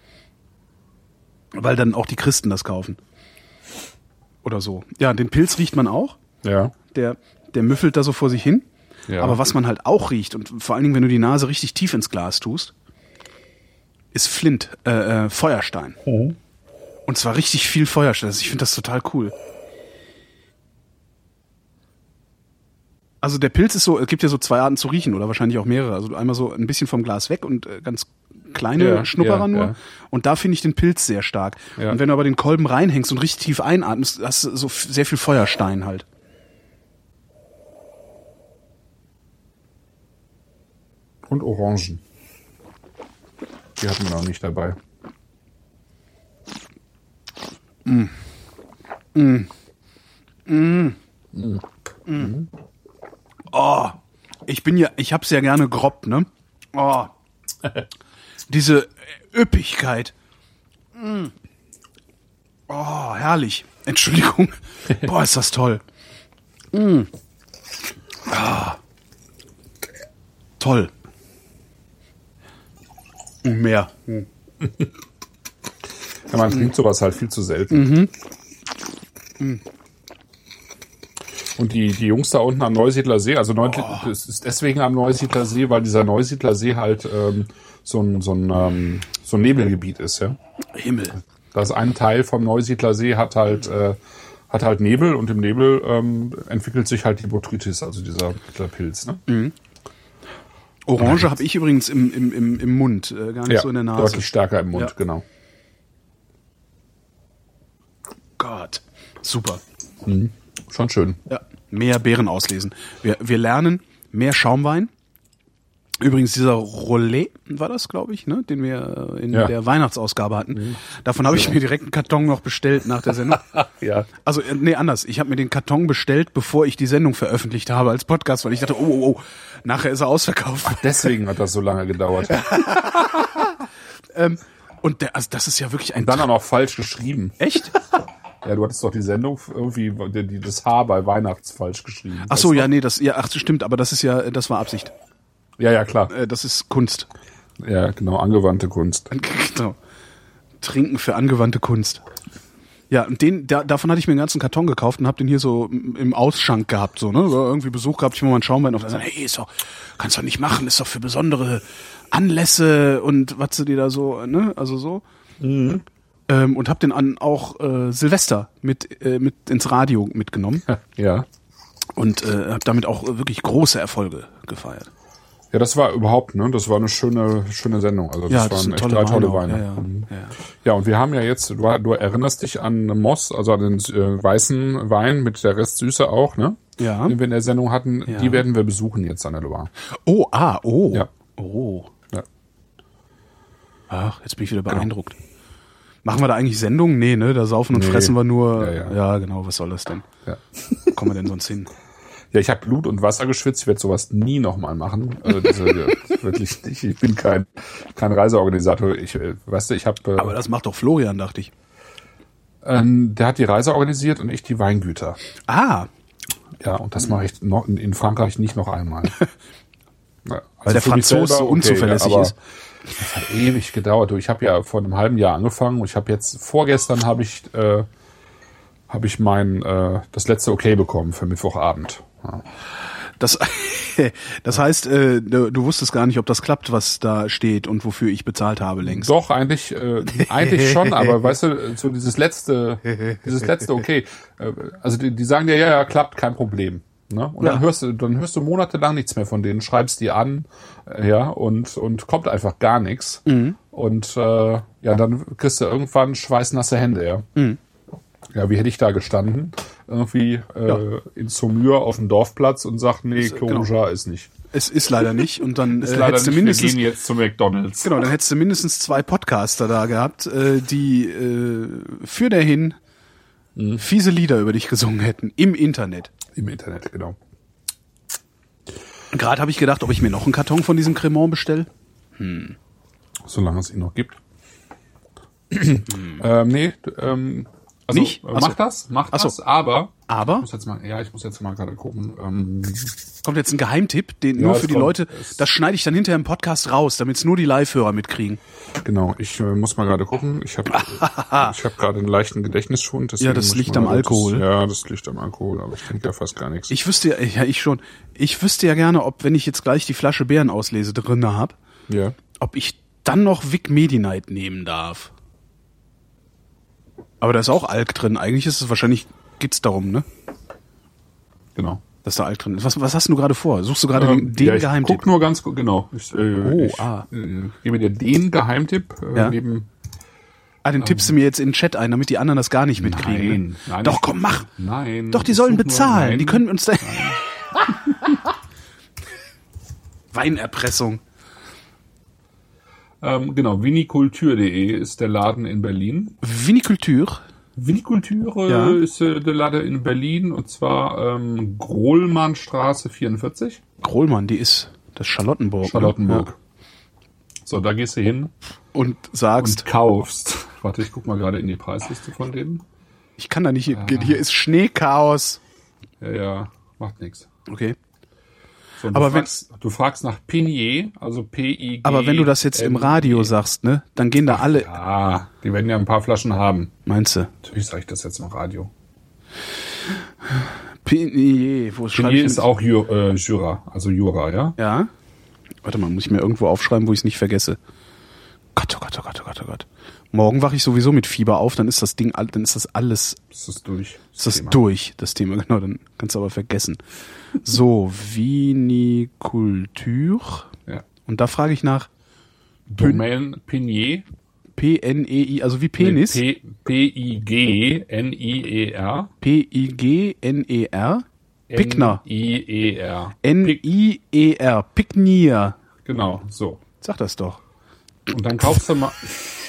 Weil dann auch die Christen das kaufen. Oder so. Ja, den Pilz riecht man auch. Ja. Der müffelt da so vor sich hin. Ja. Aber was man halt auch riecht, und vor allen Dingen, wenn du die Nase richtig tief ins Glas tust, ist Feuerstein. Und zwar richtig viel Feuerstein. Also ich finde das total cool. Also der Pilz ist so, es gibt ja so zwei Arten zu riechen oder wahrscheinlich auch mehrere. Also einmal so ein bisschen vom Glas weg und ganz kleine Schnupperer nur. Ja. Und da finde ich den Pilz sehr stark. Ja. Und wenn du aber den Kolben reinhängst und richtig tief einatmest, hast du so sehr viel Feuerstein halt. Und Orangen. Die hatten wir noch nicht dabei. Oh, ich hab's ja gerne grob, ne? Oh. Diese Üppigkeit. Oh, herrlich. Entschuldigung. Boah, ist das toll. Ah. Toll. Mehr. Ja, man trinkt sowas halt viel zu selten. Und die Jungs da unten am Neusiedler See, also es ist deswegen am Neusiedler See, weil dieser Neusiedler See halt so ein Nebelgebiet ist, ja. Himmel. Das ein Teil vom Neusiedler See hat halt Nebel und im Nebel entwickelt sich halt die Botrytis, also dieser Pilz, ne? Orange habe ich übrigens im Mund, gar nicht so in der Nase. Deutlich stärker im Mund, genau. Gott, super. Schon schön. Ja, mehr Beeren auslesen. Wir lernen mehr Schaumwein. Übrigens dieser Rollet war das, glaube ich, ne, den wir in der Weihnachtsausgabe hatten. Davon habe ich mir direkt einen Karton noch bestellt nach der Sendung. Ja. Also, nee, anders. Ich habe mir den Karton bestellt, bevor ich die Sendung veröffentlicht habe als Podcast, weil ich dachte, oh, nachher ist er ausverkauft. Ach, deswegen hat das so lange gedauert. Und das ist ja wirklich ein... Und dann auch noch falsch geschrieben. Echt? Ja, du hattest doch die Sendung irgendwie das H bei Weihnachts falsch geschrieben. Ach so, ja, nee, das stimmt, aber das war Absicht. Ja, klar. Das ist Kunst. Ja, genau, angewandte Kunst. Genau. Trinken für angewandte Kunst. Ja, und davon hatte ich mir einen ganzen Karton gekauft und habe den hier so im Ausschank gehabt, so, ne? Irgendwie Besuch gehabt, ich mir mal einen Schaumwein auf. Da sagen, hey, kannst doch nicht machen, ist doch für besondere Anlässe und was du dir da so, ne? Also so. Mhm. Und hab den auch Silvester mit ins Radio mitgenommen. Ja. Und hab damit auch wirklich große Erfolge gefeiert. Ja, das war überhaupt, ne? Das war eine schöne Sendung. Also das waren echt 3 tolle Weine. Ja, und wir haben ja jetzt, du erinnerst dich an Moss, also an den weißen Wein mit der Restsüße auch, ne? Ja. Den wir in der Sendung hatten. Ja. Die werden wir besuchen jetzt an der Loire. Oh. Ja. Oh. Ja. Ach, jetzt bin ich wieder beeindruckt. Machen wir da eigentlich Sendungen? Nee, ne? Da saufen und fressen wir nur. Ja, genau, was soll das denn? Ja. Wo kommen wir denn sonst hin? Ja, ich habe Blut und Wasser geschwitzt. Ich werde sowas nie nochmal machen. Also wirklich nicht. Ich bin kein Reiseorganisator. Ich habe. Aber das macht doch Florian, dachte ich. Der hat die Reise organisiert und ich die Weingüter. Ah. Ja, und das mache ich noch in Frankreich nicht noch einmal. Ja, also weil der Franzose so unzuverlässig ist. Das hat ewig gedauert. Ich habe ja vor einem halben Jahr angefangen und ich habe jetzt vorgestern habe ich das letzte Okay bekommen für Mittwochabend. Ja. Das heißt, du wusstest gar nicht, ob das klappt, was da steht und wofür ich bezahlt habe längst. Doch, eigentlich schon, aber weißt du, so dieses letzte Okay. Also die sagen dir, ja, klappt, kein Problem. Ne? Und dann hörst du monatelang nichts mehr von denen, schreibst die an, und kommt einfach gar nichts. Mhm. Und dann kriegst du irgendwann schweißnasse Hände, ja. Mhm. Ja, wie hätte ich da gestanden? Irgendwie in Saumur auf dem Dorfplatz und sagt, nee, Clos ist nicht. Es ist leider nicht. Und dann hättest du mindestens. Wir gehen jetzt zu McDonald's. Genau, dann hättest du mindestens 2 Podcaster da gehabt, die für dahin fiese Lieder über dich gesungen hätten. Im Internet. Im Internet, genau. Gerade habe ich gedacht, ob ich mir noch einen Karton von diesem Cremant bestelle. Solange es ihn noch gibt. Also, nicht? Mach das, aber ich muss jetzt mal gerade gucken. Kommt jetzt ein Geheimtipp, nur für die Leute, das schneide ich dann hinterher im Podcast raus, damit es nur die Live-Hörer mitkriegen. Genau, ich muss mal gerade gucken. Ich habe gerade einen leichten Gedächtnisschwund. Ja, das liegt am Alkohol. Das liegt am Alkohol, aber ich trinke ja fast gar nichts. Ich wüsste ja gerne, ob, wenn ich jetzt gleich die Flasche Beerenauslese drinne habe, ob ich dann noch Vic Medi-Night nehmen darf. Aber da ist auch Alk drin. Eigentlich ist es wahrscheinlich, geht's darum, ne? Genau. Dass da Alk drin ist. Was hast du gerade vor? Suchst du gerade den Geheimtipp? Guck nur ganz genau. Ich gebe dir den Geheimtipp. Den tippst du mir jetzt in den Chat ein, damit die anderen das gar nicht mitkriegen. Nein. Doch, komm, mach. Nein. Doch, die sollen bezahlen. Die können uns da... Weinerpressung. Genau, viniculture.de ist der Laden in Berlin. Viniculture ist der Laden in Berlin und zwar Grohlmannstraße 44. Grohlmann, das ist Charlottenburg. Ja. So, da gehst du hin und sagst. Und kaufst. Warte, ich guck mal gerade in die Preisliste von denen. Ich kann da nicht hingehen. Hier ist Schneechaos. Ja, macht nichts. Okay. So, du fragst nach Pinier, also P-I-G. Aber wenn du das jetzt im Radio sagst, ne, dann gehen da alle. Ja, die werden ja ein paar Flaschen haben. Meinst du? Natürlich sage ich das jetzt im Radio. Pinier, Pinier ist auch Jura, also Jura, ja? Ja. Warte mal, muss ich mir irgendwo aufschreiben, wo ich es nicht vergesse. Gott, oh Gott, oh Gott, oh Gott, oh Gott. Morgen wache ich sowieso mit Fieber auf, dann ist das Ding, dann ist das alles. Ist das durch? Ist das durch, das Thema, genau, dann kannst du aber vergessen. So, Viniculture. Ja. Und da frage ich nach Domaine Pinier. P-N-E-I, also wie Penis. P-I-G-N-I-E-R. P-I-G-N-E-R. Pickner. N-I-E-R. N-I-E-R. Picknier. Genau, so. Sag das doch. Und dann kaufst du mal.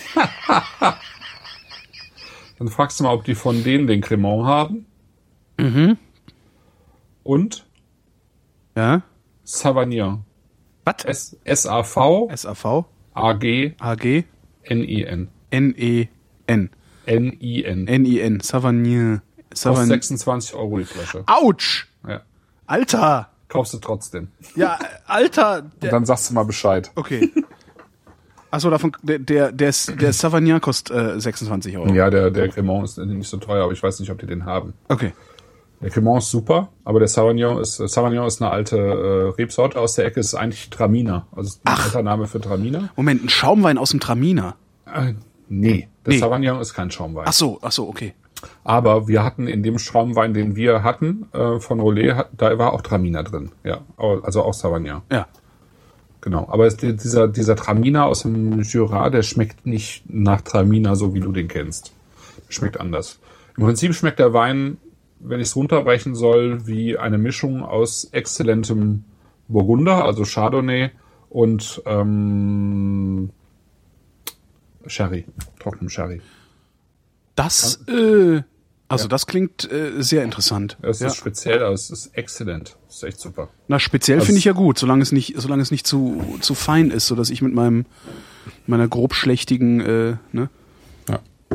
Dann fragst du mal, ob die von denen den Cremant haben. Mhm. Und? Ja? Savagnin. Was? S-A-V. S-A-V. A-G. A-G. N-I-N. N-E-N. N-I-N. N-I-N. Savagnin. Kostet 26 € die Flasche. Autsch! Ja. Alter! Kaufst du trotzdem. Ja, Alter! Und dann sagst du mal Bescheid. Okay. Achso, davon, der Savagnin kostet 26 €. Ja, der Cremant ist nicht so teuer, aber ich weiß nicht, ob die den haben. Okay. Der Cremant ist super, aber der Savagnin ist eine alte Rebsorte aus der Ecke, ist eigentlich Traminer. Also ist ein alter Name für Traminer. Moment, ein Schaumwein aus dem Traminer? Nee, der Savagnin ist kein Schaumwein. Ach so, okay. Aber wir hatten in dem Schaumwein, den wir hatten, von Rollet, da war auch Traminer drin. Ja, also auch Savagnin. Ja. Genau. Aber dieser Traminer aus dem Jura, der schmeckt nicht nach Traminer, so wie du den kennst. Schmeckt anders. Im Prinzip schmeckt der Wein, wenn ich es runterbrechen soll, wie eine Mischung aus exzellentem Burgunder, also Chardonnay und Sherry, trockenem Sherry. Das klingt sehr interessant. Es ist speziell, aber es ist exzellent. Das ist echt super. Na, speziell finde ich ja gut, solange es nicht zu fein ist, sodass ich mit meiner grob schlechtigen, ne? Ja.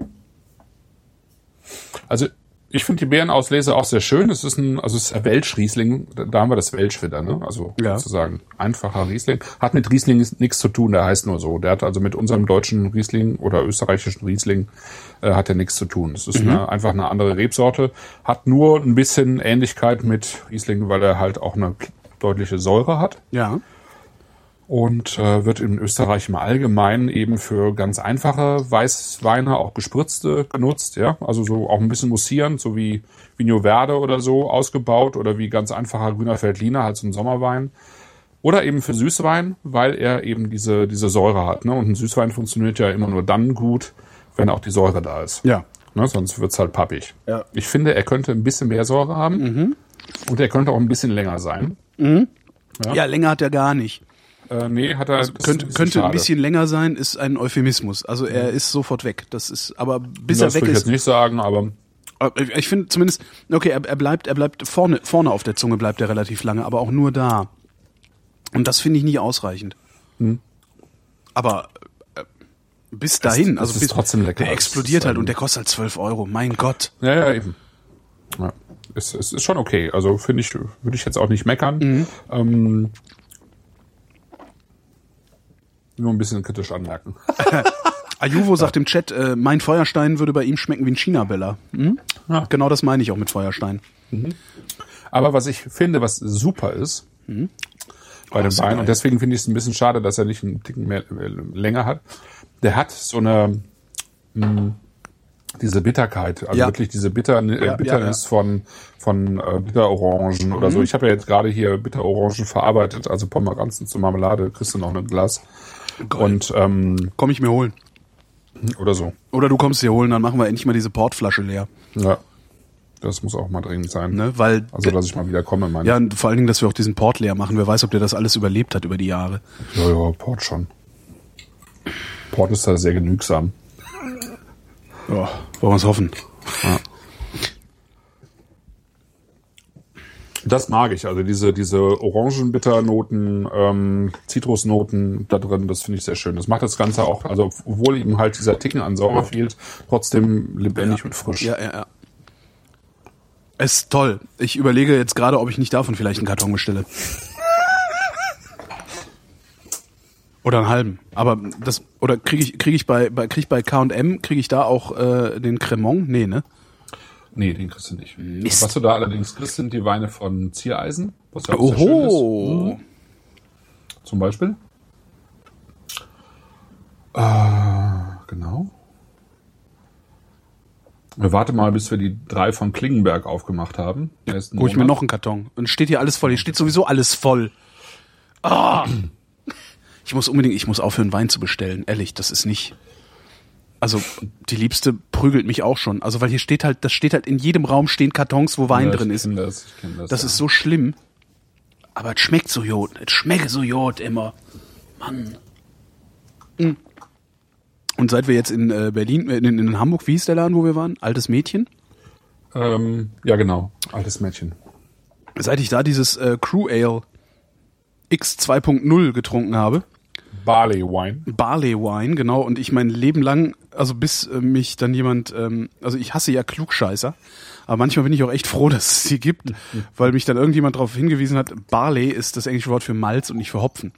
Also, ich finde die Beerenauslese auch sehr schön. Es ist ein Welsch-Riesling. Da haben wir das Welsch wieder, ne? Also, sozusagen einfacher Riesling. Hat mit Riesling nichts zu tun, der heißt nur so. Der hat also mit unserem deutschen Riesling oder österreichischen Riesling hat er nichts zu tun. Es ist einfach eine andere Rebsorte. Hat nur ein bisschen Ähnlichkeit mit Riesling, weil er halt auch eine deutliche Säure hat. Ja. Und wird in Österreich im Allgemeinen eben für ganz einfache Weißweine, auch gespritzte, genutzt, ja. Also so auch ein bisschen mussierend, so wie Vigno Verde oder so ausgebaut oder wie ganz einfacher grüner Veltliner, halt so ein Sommerwein. Oder eben für Süßwein, weil er eben diese Säure hat, ne. Und ein Süßwein funktioniert ja immer nur dann gut, wenn auch die Säure da ist. Ja. Ne, sonst wird's halt pappig. Ja. Ich finde, er könnte ein bisschen mehr Säure haben. Und er könnte auch ein bisschen länger sein. Ja, länger hat er gar nicht. Nee, hat er. Also könnte ein bisschen länger sein, ist ein Euphemismus. Also er ist sofort weg. Das ist, aber bis er weg ist. Das würde ich jetzt nicht sagen, aber. Ich finde zumindest, okay, er bleibt vorne auf der Zunge bleibt er relativ lange, aber auch nur da. Und das finde ich nicht ausreichend. Aber bis dahin, es ist trotzdem lecker. Der explodiert halt und der kostet halt 12 €. Mein Gott. Ja, eben. Ja. Es ist schon okay. Also würde ich jetzt auch nicht meckern. Nur ein bisschen kritisch anmerken. Ayuvo sagt im Chat, mein Feuerstein würde bei ihm schmecken wie ein China-Bella. Ja. Genau das meine ich auch mit Feuerstein. Aber was ich finde, was super ist, bei dem Wein, und deswegen finde ich es ein bisschen schade, dass er nicht einen Ticken mehr länger hat, der hat so eine diese Bitterkeit, also wirklich diese Bitternis von Bitterorangen oder so. Ich habe ja jetzt gerade hier Bitterorangen verarbeitet, also Pomeranzen zur Marmelade, kriegst du noch ein Glas. Geil. Und komm ich mir holen. Oder so. Oder du kommst dir holen, dann machen wir endlich mal diese Portflasche leer. Ja. Das muss auch mal dringend sein. Ne, weil also, dass ich mal wieder komme, meine ich. Ja, und vor allen Dingen, dass wir auch digen Port leer machen. Wer weiß, ob der das alles überlebt hat über die Jahre. Ja, Port schon. Port ist da sehr genügsam. Ja, wollen wir es hoffen. Ja. Das mag ich, also diese Orangenbitternoten, Zitrusnoten da drin, das finde ich sehr schön. Das macht das Ganze auch, also obwohl eben halt dieser Ticken an Säure fehlt, trotzdem lebendig und frisch. Ja. Es ist toll. Ich überlege jetzt gerade, ob ich nicht davon vielleicht einen Karton bestelle. Oder einen halben. Aber das, oder krieg ich bei K&M, kriege ich da auch den Cremant? Nee, ne? Nee, den kriegst du nicht. Mist. Was du da allerdings kriegst, sind die Weine von Ziereisen, was ja auch Oho. sehr schön ist. Zum Beispiel. Genau. Wir warten mal, bis wir die 3 von Klingenberg aufgemacht haben. Guck ich mir noch einen Karton. Und steht hier alles voll. Hier steht sowieso alles voll. Ich muss aufhören, Wein zu bestellen. Ehrlich, das ist nicht... Also, die Liebste prügelt mich auch schon. Also, weil das steht halt in jedem Raum stehen Kartons, wo Wein drin ist. Ich kenn das ist so schlimm. Aber es schmeckt so gut. Es schmeckt so gut immer. Mann. Und seit wir jetzt in Berlin, in Hamburg, wie hieß der Laden, wo wir waren? Altes Mädchen? Ja, genau. Altes Mädchen. Seit ich da dieses Crew Ale X 2.0 getrunken habe, Barley Wine. Barley Wine, genau. Und ich mein Leben lang, also bis mich dann jemand, also ich hasse ja Klugscheißer, aber manchmal bin ich auch echt froh, dass es sie gibt, weil mich dann irgendjemand darauf hingewiesen hat, Barley ist das englische Wort für Malz und nicht für Hopfen.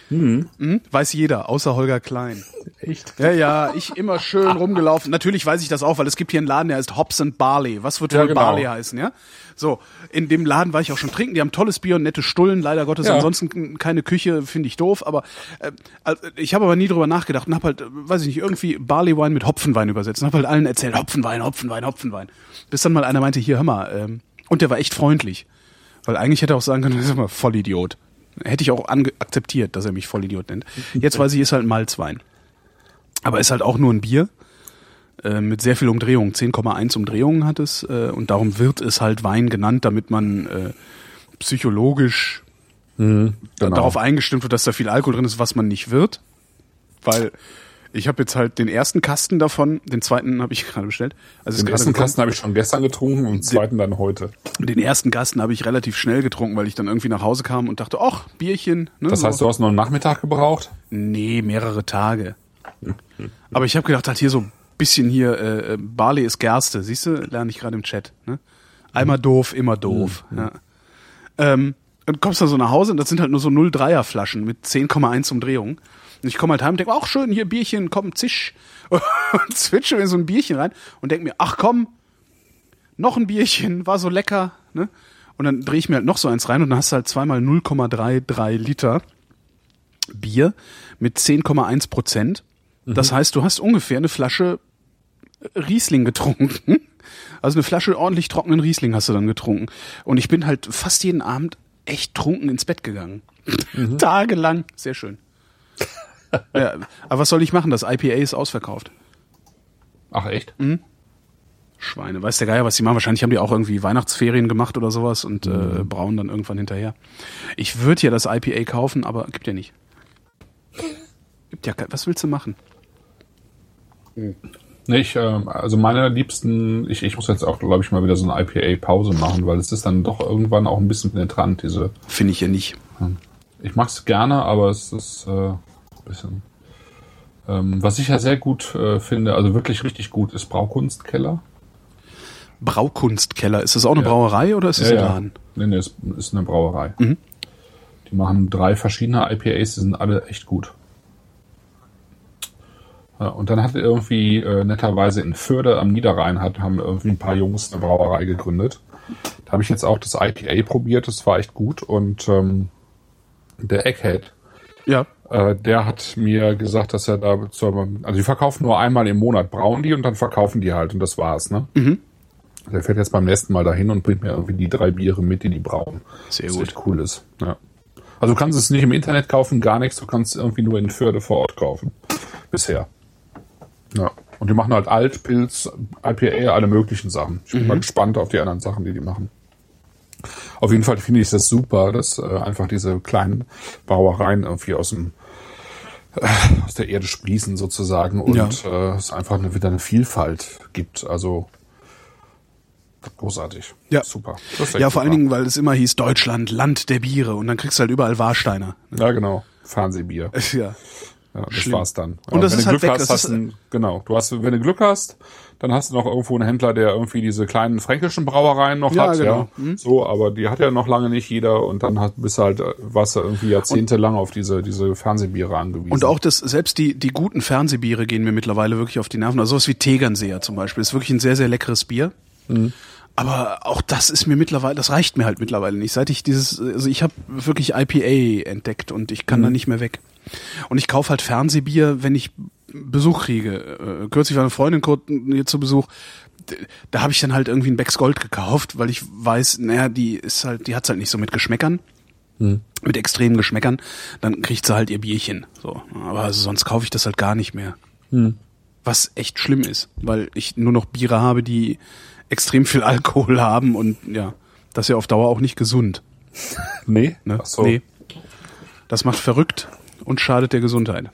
Weiß jeder, außer Holger Klein. Echt? Ja, ich immer schön rumgelaufen. Natürlich weiß ich das auch, weil es gibt hier einen Laden, der heißt Hops and Barley. Was wird wohl Barley heißen, ja? So, in dem Laden war ich auch schon trinken. Die haben tolles Bier und nette Stullen, leider Gottes. Ja. Ansonsten keine Küche, finde ich doof. Aber ich habe aber nie drüber nachgedacht und habe halt, weiß ich nicht, irgendwie Barley Wine mit Hopfenwein übersetzt. Und habe halt allen erzählt, Hopfenwein. Bis dann mal einer meinte, hier, hör mal. Und der war echt freundlich. Weil eigentlich hätte er auch sagen können, das ist immer Vollidiot. Hätte ich auch akzeptiert, dass er mich Vollidiot nennt. Jetzt weiß ich, ist halt Malzwein. Aber ist halt auch nur ein Bier mit sehr viel Umdrehung. 10,1 Umdrehungen hat es. Und darum wird es halt Wein genannt, damit man psychologisch darauf eingestimmt wird, dass da viel Alkohol drin ist, was man nicht wird. Weil ich habe jetzt halt den ersten Kasten davon, den zweiten habe ich gerade bestellt. Also den ersten Kasten habe ich schon gestern getrunken und den zweiten dann heute. Den ersten Kasten habe ich relativ schnell getrunken, weil ich dann irgendwie nach Hause kam und dachte, ach, Bierchen. Ne, das heißt, du hast noch einen Nachmittag gebraucht? Nee, mehrere Tage. Aber ich habe gedacht, halt hier so ein bisschen hier, Barley ist Gerste, siehst du, lerne ich gerade im Chat. Ne? Einmal doof, immer doof. Ja. Und kommst dann so nach Hause und das sind halt nur so 0,3er Flaschen mit 10,1 Umdrehungen. Und ich komme halt heim und denke, ach schön, hier Bierchen, komm, zisch. Und zwitsche mir so ein Bierchen rein und denke mir, ach komm, noch ein Bierchen, war so lecker. Ne? Und dann drehe ich mir halt noch so eins rein und dann hast du halt zweimal 0,33 Liter Bier mit 10,1%. Das heißt, du hast ungefähr eine Flasche Riesling getrunken. Also eine Flasche ordentlich trockenen Riesling hast du dann getrunken. Und ich bin halt fast jeden Abend echt trunken ins Bett gegangen. Tagelang. Sehr schön. Ja, aber was soll ich machen? Das IPA ist ausverkauft. Ach, echt? Schweine. Weiß der Geier, was die machen? Wahrscheinlich haben die auch irgendwie Weihnachtsferien gemacht oder sowas und brauen dann irgendwann hinterher. Ich würde ja das IPA kaufen, aber gibt ja nicht. Gibt ja was willst du machen? Nee, also meine Liebsten, ich muss jetzt auch, glaube ich, mal wieder so eine IPA-Pause machen, weil es ist dann doch irgendwann auch ein bisschen penetrant, diese... Finde ich ja nicht. Ich mag's gerne, aber es ist ein bisschen... was ich ja sehr gut finde, also wirklich richtig gut, ist Braukunstkeller. Braukunstkeller, ist das auch eine Brauerei oder ist das ein Laden? Nee, es ist eine Brauerei. Die machen 3 verschiedene IPAs, die sind alle echt gut. Ja, und dann hat irgendwie netterweise in Förde am Niederrhein haben irgendwie ein paar Jungs eine Brauerei gegründet. Da habe ich jetzt auch das IPA probiert, das war echt gut. Und der Egghead, der hat mir gesagt, dass er da, also die verkaufen nur einmal im Monat, brauen die und dann verkaufen die halt und das war's, ne? Der fährt jetzt beim nächsten Mal dahin und bringt mir irgendwie die 3 Biere mit, die brauen. Sehr was gut. echt cool ist. Ja. Also du kannst es nicht im Internet kaufen, gar nichts, du kannst es irgendwie nur in Förde vor Ort kaufen. Bisher. Ja. Und die machen halt Alt, Pilz, IPA, alle möglichen Sachen. Ich bin mal gespannt auf die anderen Sachen, die machen. Auf jeden Fall finde ich das super, dass einfach diese kleinen Brauereien irgendwie aus der Erde sprießen sozusagen und es einfach wieder eine Vielfalt gibt. Also großartig. Ja. Super. Ja, vor allen Dingen, weil es immer hieß, Deutschland, Land der Biere und dann kriegst du halt überall Warsteiner. Ja, genau. Fernsehbier. Ja. Ja, das war's dann. Und das wenn ist du halt Glück weg. hast, Das ist, wenn du Glück hast, dann hast du noch irgendwo einen Händler, der irgendwie diese kleinen fränkischen Brauereien noch hat. Genau. Ja. So, aber die hat ja noch lange nicht jeder und dann warst du irgendwie jahrzehntelang auf diese Fernsehbiere angewiesen. Und auch selbst die guten Fernsehbiere gehen mir mittlerweile wirklich auf die Nerven. Also sowas wie Tegernseer zum Beispiel. Ist wirklich ein sehr, sehr leckeres Bier. Aber auch das ist mir mittlerweile, das reicht mir halt mittlerweile nicht. Seit ich ich habe wirklich IPA entdeckt und ich kann da nicht mehr weg. Und ich kaufe halt Fernsehbier, wenn ich Besuch kriege. Kürzlich war eine Freundin hier zu Besuch. Da habe ich dann halt irgendwie ein Becks Gold gekauft, weil ich weiß, die hat's halt nicht so mit Geschmäckern. Mit extremen Geschmäckern. Dann kriegt sie halt ihr Bierchen. So. Aber also sonst kaufe ich das halt gar nicht mehr. Was echt schlimm ist, weil ich nur noch Biere habe, die extrem viel Alkohol haben und ja, das ist ja auf Dauer auch nicht gesund. Nee? Ne? Ach so. Nee. Das macht verrückt und schadet der Gesundheit.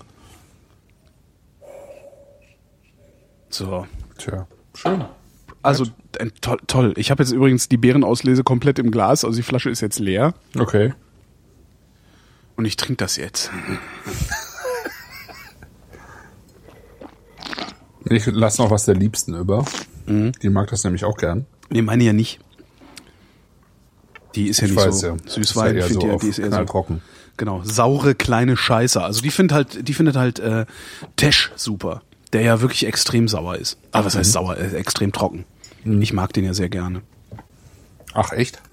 So. Tja, schön. Also toll. Ich habe jetzt übrigens die Beerenauslese komplett im Glas, also die Flasche ist jetzt leer Okay. und ich trinke das jetzt. Ich lasse noch was der Liebsten über. Die mag das nämlich auch gern. Nee, meine ja nicht. Die ist ja Ich nicht weiß, so ja. Süßwein, Ist ja eher findet so ja, auf die ist eher so knalltrocken. genau, saure kleine Scheiße. Also die findet halt Tesch super, der ja wirklich extrem sauer ist. Aber was heißt sauer? Extrem trocken. Ich mag den ja sehr gerne. Ach, echt?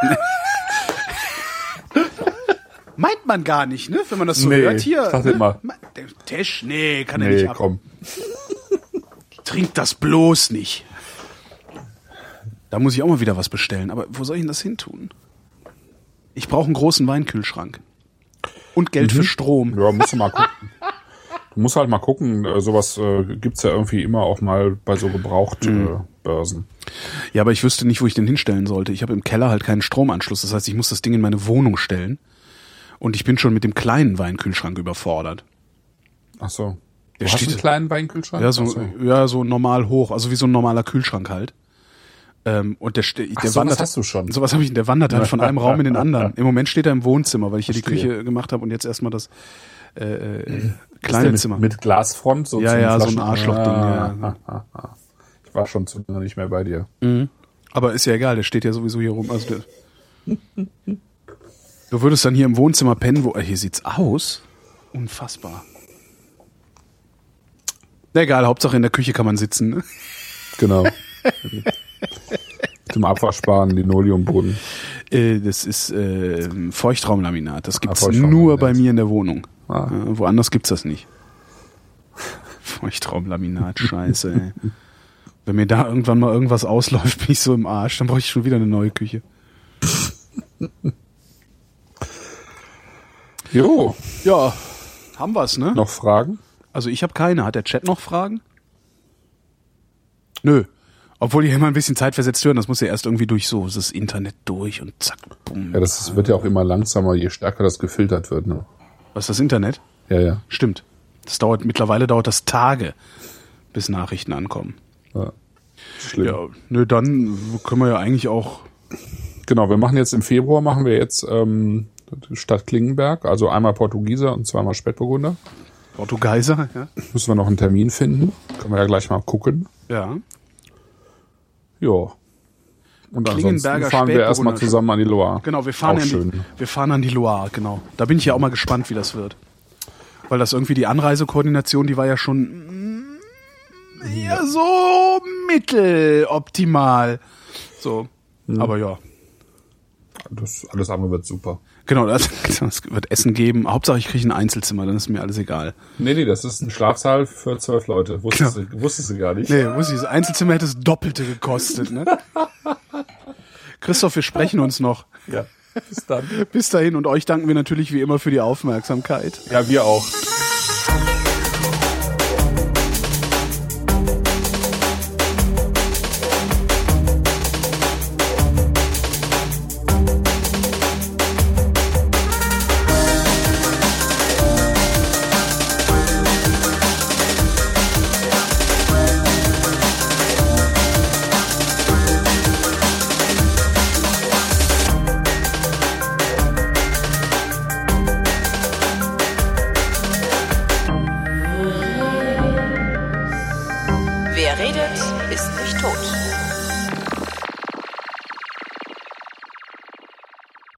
Meint man gar nicht, ne? Wenn man das so Nee, hört hier. ich dachte Ne? immer. Der Tesch, nee, kann er Nee, nicht ab. komm. Trink das bloß nicht. Da muss ich auch mal wieder was bestellen. Aber wo soll ich denn das hin tun? Ich brauche einen großen Weinkühlschrank. Und Geld für Strom. Ja, musst du mal gucken. Du musst halt mal gucken, sowas gibt's ja irgendwie immer auch mal bei so Gebrauchtbörsen. Ja, aber ich wüsste nicht, wo ich den hinstellen sollte. Ich habe im Keller halt keinen Stromanschluss. Das heißt, ich muss das Ding in meine Wohnung stellen. Und ich bin schon mit dem kleinen Weinkühlschrank überfordert. Ach so. Der Du hast steht- einen kleinen Weinkühlschrank? Ja, Ach so. so normal hoch. Also wie so ein normaler Kühlschrank halt. Und der sowas wandert. hast du schon. Sowas habe ich. Der wandert halt von einem Raum in den anderen. Im Moment steht er im Wohnzimmer, weil ich hier die Verstehe. Küche gemacht habe und jetzt erstmal das Ist der kleine Zimmer. mit Glasfront? So Ja, zum ja, so ein Flaschen- Arschlochding, ja. Ich war schon zu lange nicht mehr bei dir. Aber ist ja egal, der steht ja sowieso hier rum. Also du würdest dann hier im Wohnzimmer pennen, wo. Hier sieht's aus. Unfassbar. Na egal, Hauptsache in der Küche kann man sitzen. Ne? Genau. Zum Abwaschbaren, Linoleumboden. Das ist Feuchtraumlaminat. Das gibt's Feuchtraumlaminat. nur bei mir in der Wohnung. Ah. Woanders gibt's das nicht. Feuchtraumlaminat, scheiße, ey. Wenn mir da irgendwann mal irgendwas ausläuft, bin ich so im Arsch, dann brauche ich schon wieder eine neue Küche. Jo, Ja, haben wir's, ne? noch Fragen? Also ich habe keine. Hat der Chat noch Fragen? Nö. Obwohl die ja immer ein bisschen zeitversetzt hören, das muss ja erst irgendwie durch so das Internet durch und zack, bumm. Ja, wird ja auch immer langsamer, je stärker das gefiltert wird. Ne? Was ist das Internet? Ja. Stimmt. Mittlerweile dauert das Tage, bis Nachrichten ankommen. Ja. Schlimm. Ja, nö, dann können wir ja eigentlich auch. Genau, wir machen jetzt im Februar, Stadt Klingenberg, also einmal Portugieser und zweimal Spätburgunder. Portugeiser, ja. Müssen wir noch einen Termin finden. Können wir ja gleich mal gucken. Ja. Ja. Und ansonsten Klingenberger fahren wir erstmal Spätburgunder. zusammen an die Loire. Genau, wir Auch schön. fahren an die Loire, genau. Da bin ich ja auch mal gespannt, wie das wird. Weil das irgendwie die Anreisekoordination, die war ja schon eher so mitteloptimal. So, aber ja. Das, alles andere wird super. Genau, das wird Essen geben. Hauptsache ich kriege ein Einzelzimmer, dann ist mir alles egal. Nee, das ist ein Schlafsaal für 12 Leute. Wusstest du gar nicht. Nee, muss ich, das Einzelzimmer hätte das Doppelte gekostet, ne? Christoph, wir sprechen uns noch. Ja, bis dann. Bis dahin und euch danken wir natürlich wie immer für die Aufmerksamkeit. Ja, wir auch.